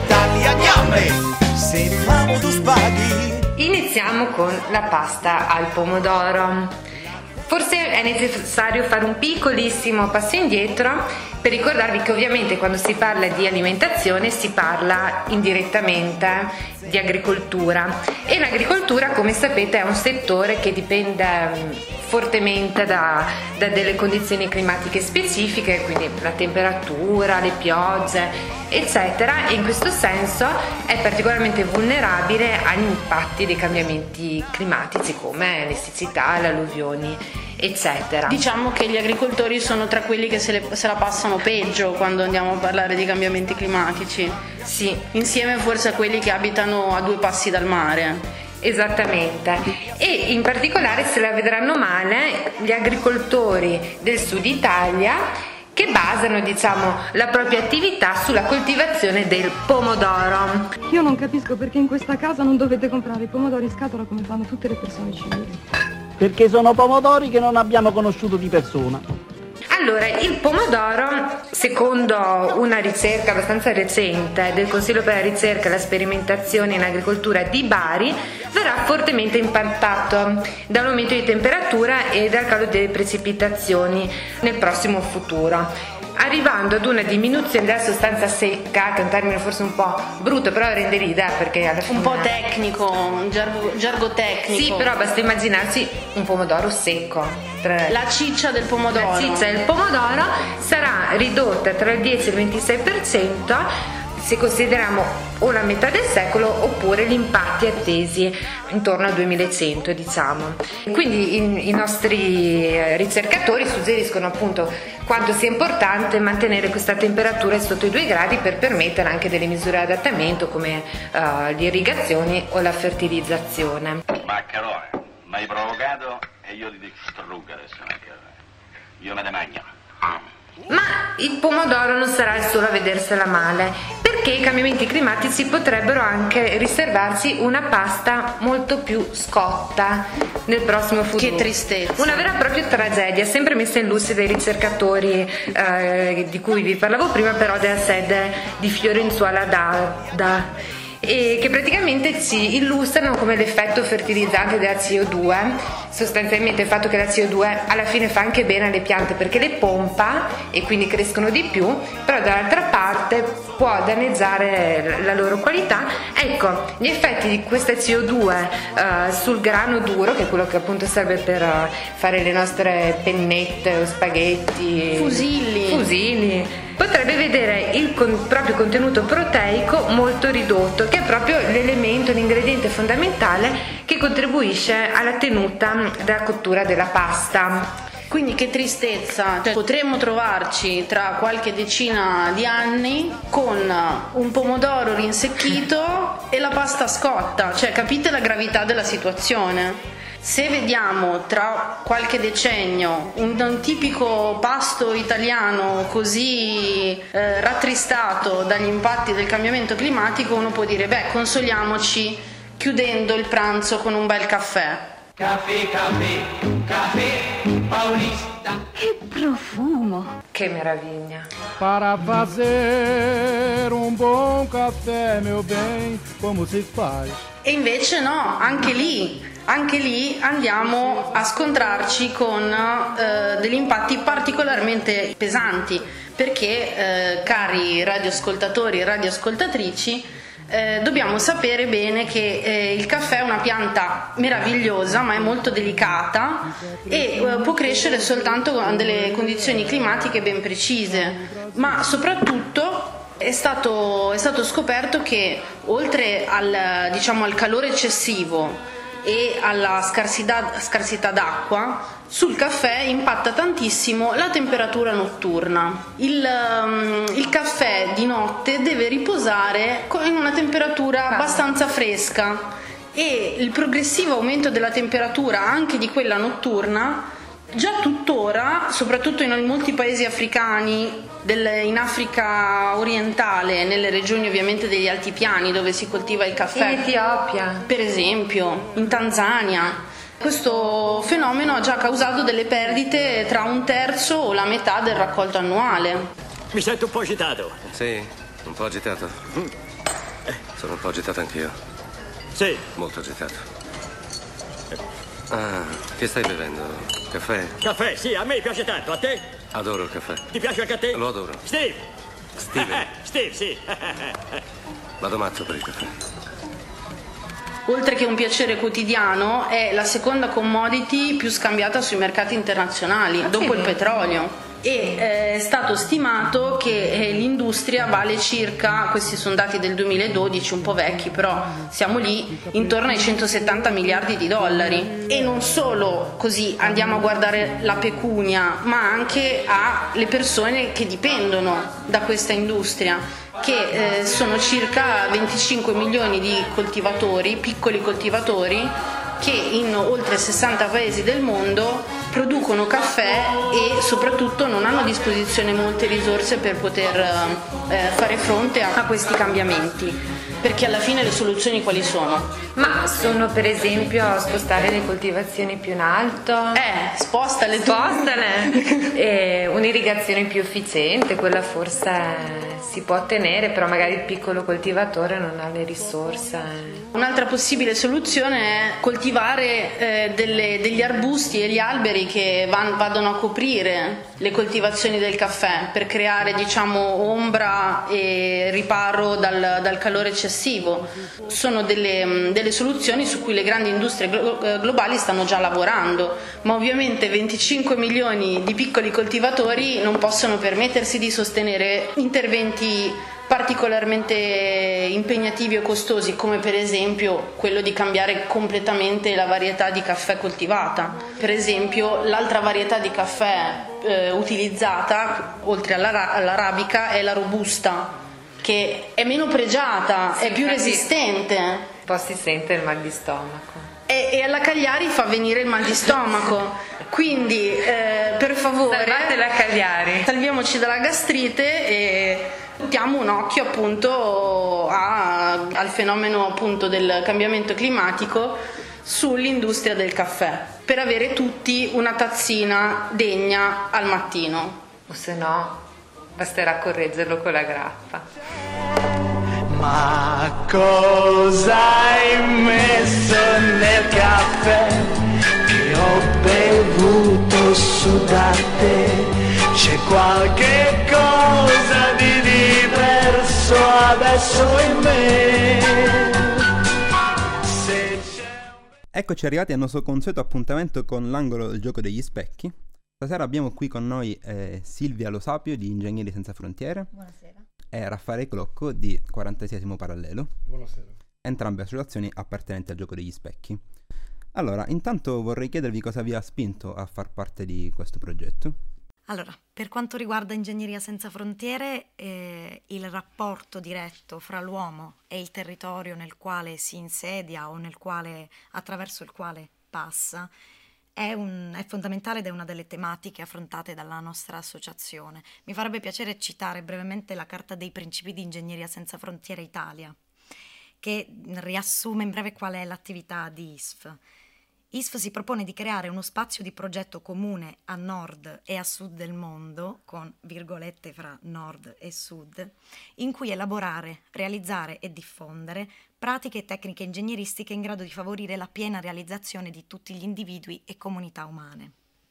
Iniziamo con la pasta al pomodoro. Forse è necessario fare un piccolissimo passo indietro per ricordarvi che ovviamente quando si parla di alimentazione si parla indirettamente di agricoltura, e l'agricoltura, come sapete, è un settore che dipende fortemente da delle condizioni climatiche specifiche, quindi la temperatura, le piogge, eccetera, e in questo senso è particolarmente vulnerabile agli impatti dei cambiamenti climatici come le siccità, le alluvioni, eccetera. Diciamo che gli agricoltori sono tra quelli che se la passano peggio quando andiamo a parlare di cambiamenti climatici. Sì. Insieme forse a quelli che abitano a 2 passi dal mare. Esattamente, e in particolare se la vedranno male gli agricoltori del sud Italia che basano, diciamo, la propria attività sulla coltivazione del pomodoro. Io non capisco perché in questa casa non dovete comprare i pomodori in scatola come fanno tutte le persone civili. Perché sono pomodori che non abbiamo conosciuto di persona. Allora, il pomodoro, secondo una ricerca abbastanza recente del Consiglio per la ricerca e la sperimentazione in agricoltura di Bari, verrà fortemente impattato dall'aumento di temperatura e dal calo delle precipitazioni nel prossimo futuro, arrivando ad una diminuzione della sostanza secca, che è un termine forse un po' brutto, però rende l'idea perché alla fine... Un po' tecnico, un gergo tecnico. Sì, però basta immaginarsi un pomodoro secco. La ciccia del pomodoro. La ciccia del pomodoro sarà ridotta tra il 10 e il 26%, se consideriamo o la metà del secolo oppure gli impatti attesi intorno al 2100, diciamo. Quindi i nostri ricercatori suggeriscono appunto quanto sia importante mantenere questa temperatura sotto i 2 gradi per permettere anche delle misure di adattamento come l'irrigazione o la fertilizzazione. Maccherone, mi hai provocato e io ti distruggo adesso. Io me ne mangio. Ma il pomodoro non sarà il solo a vedersela male, perché i cambiamenti climatici potrebbero anche riservarci una pasta molto più scotta nel prossimo futuro. Che tristezza! Una vera e propria tragedia, sempre messa in luce dai ricercatori di cui vi parlavo prima, però della sede di Fiorenzuola d'Adda, e che praticamente ci illustrano come l'effetto fertilizzante della CO2, sostanzialmente il fatto che la CO2 alla fine fa anche bene alle piante perché le pompa e quindi crescono di più, però dall'altra parte può danneggiare la loro qualità. Ecco, gli effetti di questa CO2 sul grano duro, che è quello che appunto serve per fare le nostre pennette o spaghetti, fusilli, potrebbe vedere il proprio contenuto proteico molto ridotto, che è proprio l'elemento, l'ingrediente fondamentale che contribuisce alla tenuta della cottura della pasta. Quindi che tristezza, cioè, potremmo trovarci tra qualche decina di anni con un pomodoro rinsecchito e la pasta scotta, cioè capite la gravità della situazione? Se vediamo tra qualche decennio un tipico pasto italiano così rattristato dagli impatti del cambiamento climatico, uno può dire, beh, consoliamoci chiudendo il pranzo con un bel caffè. Caffè, Paulista. Che profumo! Che meraviglia! Para fazer un buon caffè, mio bem, come si fa? E invece no, anche lì andiamo a scontrarci con degli impatti particolarmente pesanti, perché cari radioascoltatori e radioascoltatrici, dobbiamo sapere bene che il caffè è una pianta meravigliosa, ma è molto delicata e può crescere soltanto con delle condizioni climatiche ben precise, ma soprattutto è stato scoperto che oltre al calore eccessivo e alla scarsità d'acqua, sul caffè impatta tantissimo la temperatura notturna. Il caffè di notte deve riposare in una temperatura abbastanza fresca e il progressivo aumento della temperatura anche di quella notturna già tuttora, soprattutto in molti paesi africani, in Africa orientale, nelle regioni ovviamente degli altipiani dove si coltiva il caffè, in Etiopia per esempio, in Tanzania, questo fenomeno ha già causato delle perdite tra 1/3 o la metà del raccolto annuale. Mi sento un po' agitato. Sì, un po' agitato. Sono un po' agitato anch'io. Sì. Molto agitato. Ah, che stai bevendo? Caffè? Caffè, sì, a me piace tanto. A te? Adoro il caffè. Ti piace anche a te? Lo adoro. Steve! Steven. Steve, sì. Vado matto per il caffè. Oltre che un piacere quotidiano, è la seconda commodity più scambiata sui mercati internazionali, dopo il petrolio. E è stato stimato che l'industria vale circa, questi sono dati del 2012, un po' vecchi, però siamo lì, intorno ai 170 miliardi di dollari. E non solo così andiamo a guardare la pecunia, ma anche alle persone che dipendono da questa industria, che sono circa 25 milioni di coltivatori, piccoli coltivatori, che in oltre 60 paesi del mondo producono caffè e soprattutto non hanno a disposizione molte risorse per poter fare fronte a questi cambiamenti. Perché alla fine le soluzioni quali sono? Ma sono per esempio spostare le coltivazioni più in alto. Spostale. Un'irrigazione più efficiente, quella forse si può ottenere, però magari il piccolo coltivatore non ha le risorse. Un'altra possibile soluzione è coltivare degli arbusti e gli alberi che vadano a coprire le coltivazioni del caffè per creare, ombra e riparo dal calore eccessivo. Sono delle soluzioni su cui le grandi industrie globali stanno già lavorando, ma ovviamente 25 milioni di piccoli coltivatori non possono permettersi di sostenere interventi particolarmente impegnativi o costosi, come per esempio quello di cambiare completamente la varietà di caffè coltivata. Per esempio, l'altra varietà di caffè utilizzata, oltre all'arabica, è la robusta, che è meno pregiata, è più resistente. Poi si sente il mal di stomaco. E alla Cagliari fa venire il mal di stomaco. Quindi, per favore, salvate la Cagliari. Salviamoci dalla gastrite e diamo un occhio appunto al fenomeno appunto del cambiamento climatico sull'industria del caffè, per avere tutti una tazzina degna al mattino. O se no, basterà correggerlo con la grappa. Ma cosa hai messo nel caffè che ho bevuto su da te? C'è qualche cosa di diverso adesso in me. Eccoci arrivati al nostro consueto appuntamento con l'angolo del gioco degli specchi. Stasera abbiamo qui con noi Silvia Lo Sapio di Ingegneri Senza Frontiere. Buonasera. E Raffaele Clocco di 46esimo Parallelo. Buonasera. Entrambe associazioni appartenenti al gioco degli specchi. Allora, intanto vorrei chiedervi cosa vi ha spinto a far parte di questo progetto. Allora, per quanto riguarda Ingegneria Senza Frontiere, il rapporto diretto fra l'uomo e il territorio nel quale si insedia o attraverso il quale passa è fondamentale ed è una delle tematiche affrontate dalla nostra associazione. Mi farebbe piacere citare brevemente la Carta dei Principi di Ingegneria Senza Frontiere Italia, che riassume in breve qual è l'attività di ISF. ISF si propone di creare uno spazio di progetto comune a nord e a sud del mondo, con virgolette fra nord e sud, in cui elaborare, realizzare e diffondere pratiche e tecniche ingegneristiche in grado di favorire la piena realizzazione di tutti gli individui e comunità umane.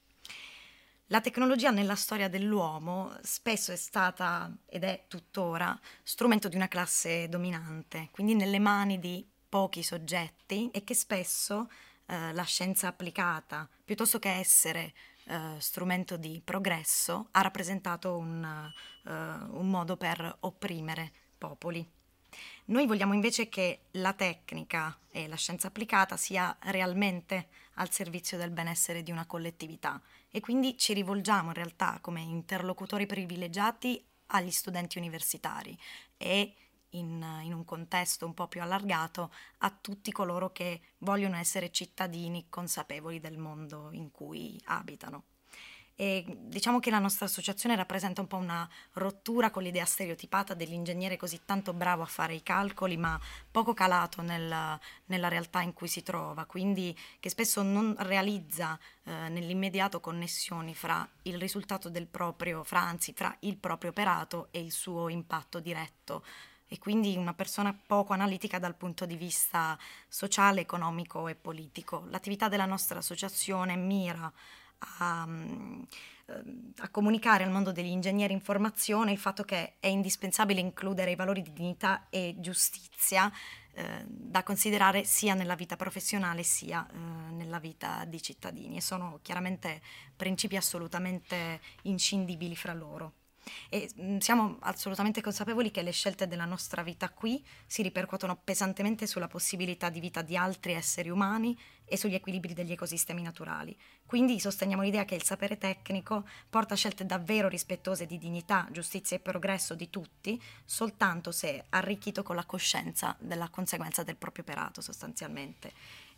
La tecnologia nella storia dell'uomo spesso è stata, ed è tuttora, strumento di una classe dominante, quindi nelle mani di pochi soggetti, e che spesso la scienza applicata, piuttosto che essere strumento di progresso, ha rappresentato un modo per opprimere popoli. Noi vogliamo invece che la tecnica e la scienza applicata sia realmente al servizio del benessere di una collettività, e quindi ci rivolgiamo in realtà come interlocutori privilegiati agli studenti universitari e in un contesto un po' più allargato a tutti coloro che vogliono essere cittadini consapevoli del mondo in cui abitano. E diciamo che la nostra associazione rappresenta un po' una rottura con l'idea stereotipata dell'ingegnere così tanto bravo a fare i calcoli ma poco calato nella realtà in cui si trova, quindi che spesso non realizza nell'immediato connessioni fra il risultato del proprio, fra il proprio operato e il suo impatto diretto, e quindi una persona poco analitica dal punto di vista sociale, economico e politico. L'attività della nostra associazione mira a comunicare al mondo degli ingegneri in formazione il fatto che è indispensabile includere i valori di dignità e giustizia da considerare sia nella vita professionale sia nella vita di cittadini, e sono chiaramente principi assolutamente inscindibili fra loro. E siamo assolutamente consapevoli che le scelte della nostra vita qui si ripercuotono pesantemente sulla possibilità di vita di altri esseri umani e sugli equilibri degli ecosistemi naturali. Quindi sosteniamo l'idea che il sapere tecnico porta a scelte davvero rispettose di dignità, giustizia e progresso di tutti, soltanto se arricchito con la coscienza della conseguenza del proprio operato, sostanzialmente.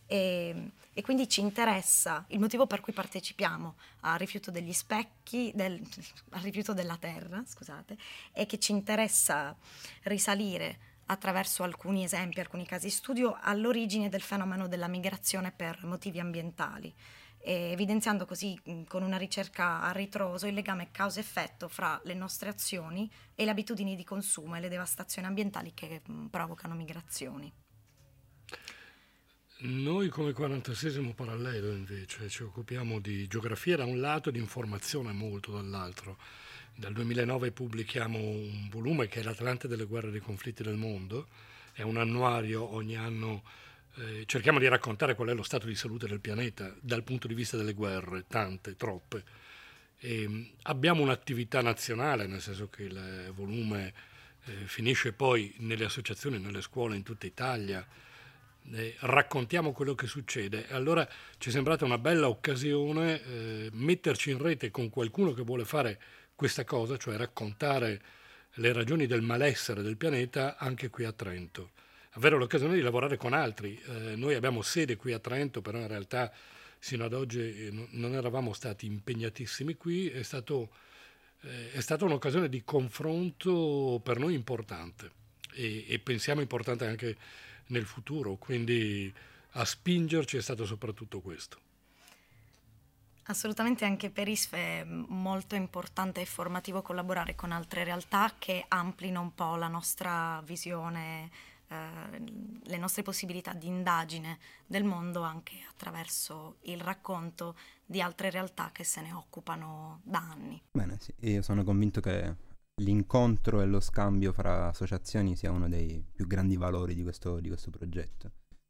E quindi ci interessa, il motivo per cui partecipiamo al rifiuto degli specchi, al rifiuto della terra, scusate, è che ci interessa risalire attraverso alcuni esempi, alcuni casi studio, all'origine del fenomeno della migrazione per motivi ambientali, evidenziando così con una ricerca a ritroso il legame causa-effetto fra le nostre azioni e le abitudini di consumo e le devastazioni ambientali che provocano migrazioni. Noi come 46esimo parallelo invece ci occupiamo di geografia da un lato e di informazione molto dall'altro. Dal 2009 pubblichiamo un volume che è l'Atlante delle guerre e dei conflitti del mondo, è un annuario, ogni anno cerchiamo di raccontare qual è lo stato di salute del pianeta dal punto di vista delle guerre, tante, troppe. E abbiamo un'attività nazionale, nel senso che il volume finisce poi nelle associazioni, nelle scuole in tutta Italia. Raccontiamo quello che succede. Allora ci è sembrata una bella occasione metterci in rete con qualcuno che vuole fare questa cosa, cioè raccontare le ragioni del malessere del pianeta anche qui a Trento, avere l'occasione di lavorare con altri. Noi abbiamo sede qui a Trento, però in realtà sino ad oggi non eravamo stati impegnatissimi qui. È stata un'occasione di confronto per noi importante e pensiamo importante anche nel futuro, quindi a spingerci è stato soprattutto questo. Assolutamente, anche per ISF è molto importante e formativo collaborare con altre realtà che amplino un po' la nostra visione, le nostre possibilità di indagine del mondo anche attraverso il racconto di altre realtà che se ne occupano da anni. Bene, sì, io sono convinto che l'incontro e lo scambio fra associazioni sia uno dei più grandi valori di questo progetto.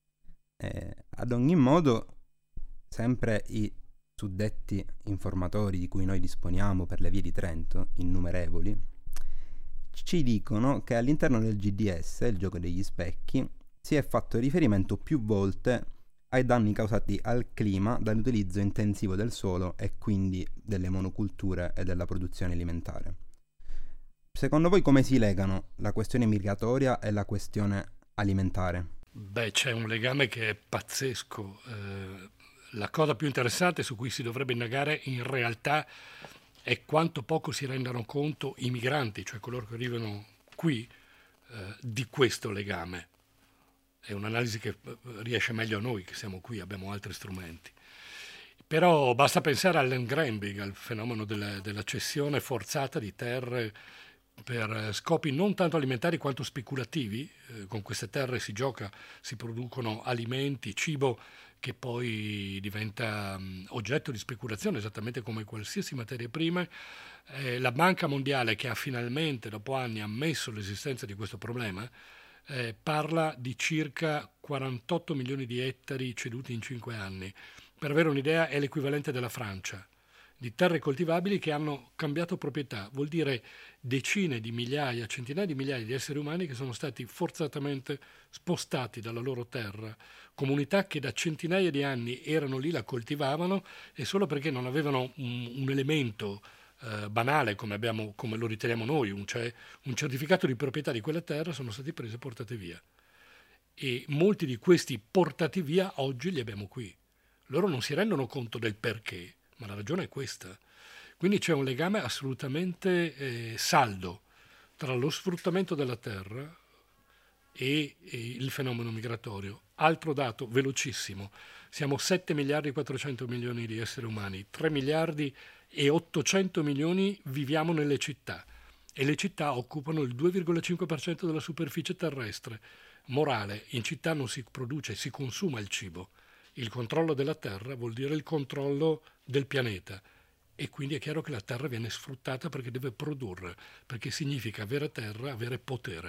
Ad ogni modo, sempre i suddetti informatori di cui noi disponiamo per le vie di Trento, innumerevoli, ci dicono che all'interno del GDS, il gioco degli specchi, si è fatto riferimento più volte ai danni causati al clima dall'utilizzo intensivo del suolo e quindi delle monoculture e della produzione alimentare. Secondo voi come si legano la questione migratoria e la questione alimentare? Beh, c'è un legame che è pazzesco. La cosa più interessante su cui si dovrebbe indagare in realtà è quanto poco si rendano conto i migranti, cioè coloro che arrivano qui, di questo legame. è un'analisi che riesce meglio a noi, che siamo qui, abbiamo altri strumenti. Però basta pensare al land grabbing, al fenomeno della cessione forzata di terre per scopi non tanto alimentari quanto speculativi. Con queste terre si gioca, si producono alimenti, cibo che poi diventa oggetto di speculazione, esattamente come qualsiasi materia prima. La Banca Mondiale, che ha finalmente dopo anni ammesso l'esistenza di questo problema, parla di circa 48 milioni di ettari ceduti in 5 anni. Per avere un'idea, è l'equivalente della Francia, di terre coltivabili che hanno cambiato proprietà. Vuol dire decine di migliaia, centinaia di migliaia di esseri umani che sono stati forzatamente spostati dalla loro terra, comunità che da centinaia di anni erano lì, la coltivavano, e solo perché non avevano un elemento banale come lo riteniamo noi, cioè un certificato di proprietà di quella terra, sono stati presi e portati via. E molti di questi portati via oggi li abbiamo qui. Loro non si rendono conto del perché, ma la ragione è questa. Quindi c'è un legame assolutamente saldo tra lo sfruttamento della terra e il fenomeno migratorio. Altro dato velocissimo: siamo 7 miliardi e 400 milioni di esseri umani, 3 miliardi e 800 milioni viviamo nelle città, e le città occupano il 2,5% della superficie terrestre. Morale: in città non si produce, si consuma il cibo. Il controllo della terra vuol dire il controllo del pianeta, e quindi è chiaro che la terra viene sfruttata perché deve produrre, perché significa avere terra, avere potere.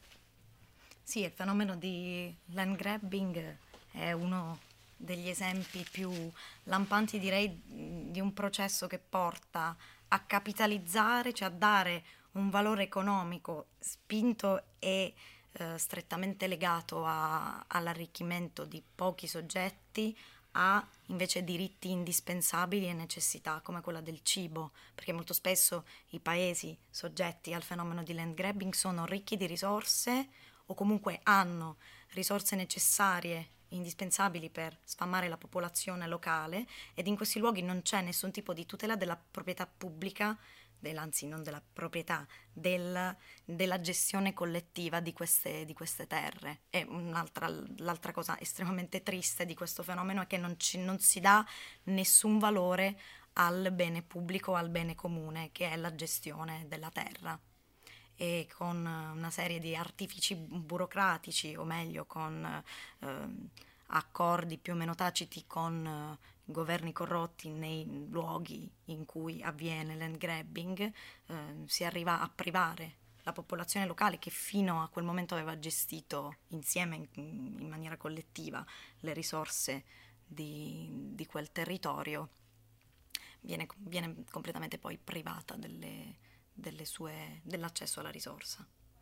Sì, il fenomeno di land grabbing è uno degli esempi più lampanti, direi, di un processo che porta a capitalizzare, cioè a dare un valore economico spinto e strettamente legato all'arricchimento di pochi soggetti, a invece diritti indispensabili e necessità come quella del cibo, perché molto spesso i paesi soggetti al fenomeno di land grabbing sono ricchi di risorse o comunque hanno risorse necessarie, indispensabili per sfamare la popolazione locale, ed in questi luoghi non c'è nessun tipo di tutela della proprietà pubblica, anzi non della proprietà, della gestione collettiva di queste terre. E l'altra cosa estremamente triste di questo fenomeno è che non si dà nessun valore al bene pubblico, al bene comune, che è la gestione della terra. E con una serie di artifici burocratici, o meglio con accordi più o meno taciti con governi corrotti nei luoghi in cui avviene land grabbing, si arriva a privare la popolazione locale, che fino a quel momento aveva gestito insieme, in maniera collettiva, le risorse di quel territorio, viene completamente poi privata dell'accesso alla risorsa.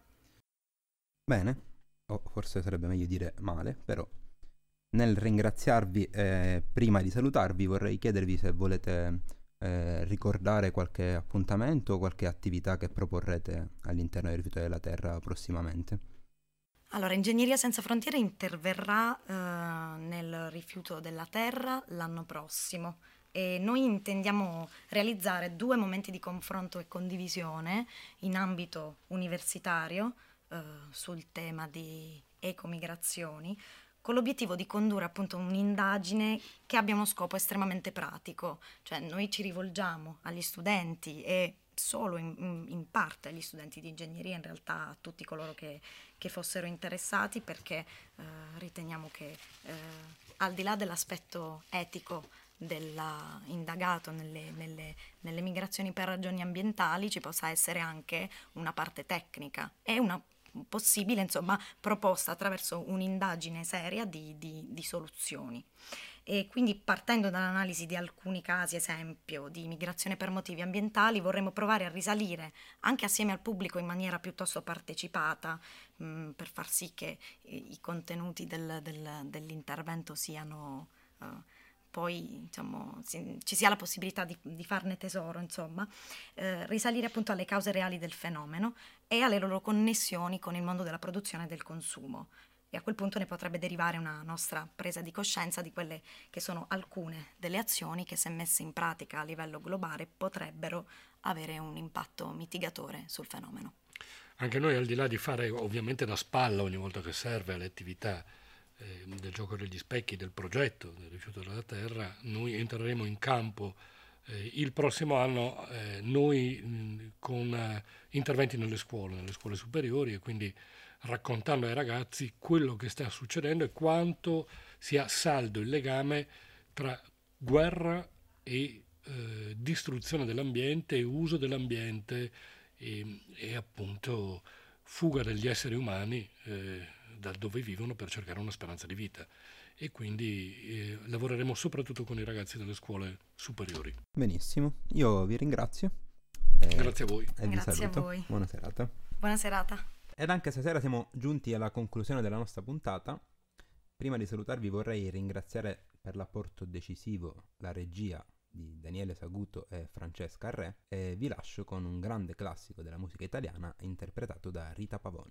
Bene, o forse sarebbe meglio dire male, però nel ringraziarvi, prima di salutarvi, vorrei chiedervi se volete ricordare qualche appuntamento o qualche attività che proporrete all'interno del Rifiuto della Terra prossimamente. Allora, Ingegneria Senza Frontiere interverrà nel Rifiuto della Terra l'anno prossimo, e noi intendiamo realizzare 2 momenti di confronto e condivisione in ambito universitario sul tema di ecomigrazioni, con l'obiettivo di condurre appunto un'indagine che abbia uno scopo estremamente pratico. Cioè noi ci rivolgiamo agli studenti, e solo in parte agli studenti di ingegneria, in realtà a tutti coloro che fossero interessati, perché riteniamo che al di là dell'aspetto etico dell'indagato nelle migrazioni per ragioni ambientali, ci possa essere anche una parte tecnica e una possibile, insomma, proposta attraverso un'indagine seria di soluzioni. E quindi, partendo dall'analisi di alcuni casi esempio di migrazione per motivi ambientali, vorremmo provare a risalire anche assieme al pubblico in maniera piuttosto partecipata, per far sì che i contenuti dell'intervento siano poi, diciamo, ci sia la possibilità di farne tesoro, insomma, risalire appunto alle cause reali del fenomeno e alle loro connessioni con il mondo della produzione e del consumo. E a quel punto ne potrebbe derivare una nostra presa di coscienza di quelle che sono alcune delle azioni che, se messe in pratica a livello globale, potrebbero avere un impatto mitigatore sul fenomeno. anche noi, al di là di fare ovviamente da spalla ogni volta che serve alle attività del gioco degli specchi, del progetto del rifiuto della terra, noi entreremo in campo il prossimo anno noi con interventi nelle scuole superiori, e quindi raccontando ai ragazzi quello che sta succedendo e quanto sia saldo il legame tra guerra e distruzione dell'ambiente e uso dell'ambiente e appunto fuga degli esseri umani da dove vivono per cercare una speranza di vita. E quindi lavoreremo soprattutto con i ragazzi delle scuole superiori. Benissimo, io vi ringrazio. Grazie a voi. E vi Grazie saluto. a voi. Buona serata. Buona serata. Ed anche stasera siamo giunti alla conclusione della nostra puntata. Prima di salutarvi vorrei ringraziare per l'apporto decisivo la regia di Daniele Saguto e Francesca Arrè, e vi lascio con un grande classico della musica italiana interpretato da Rita Pavone.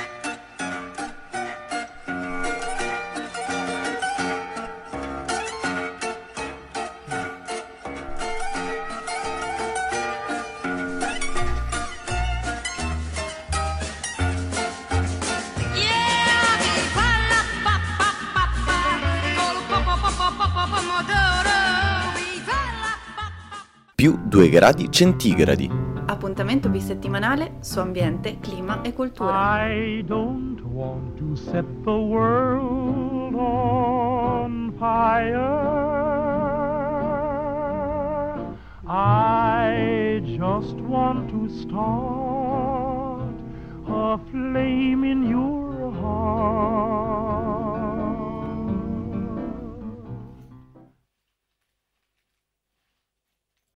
Più 2 gradi centigradi. Appuntamento bisettimanale su ambiente, clima e cultura. I don't want to set the world on fire. I just want to start a flame in your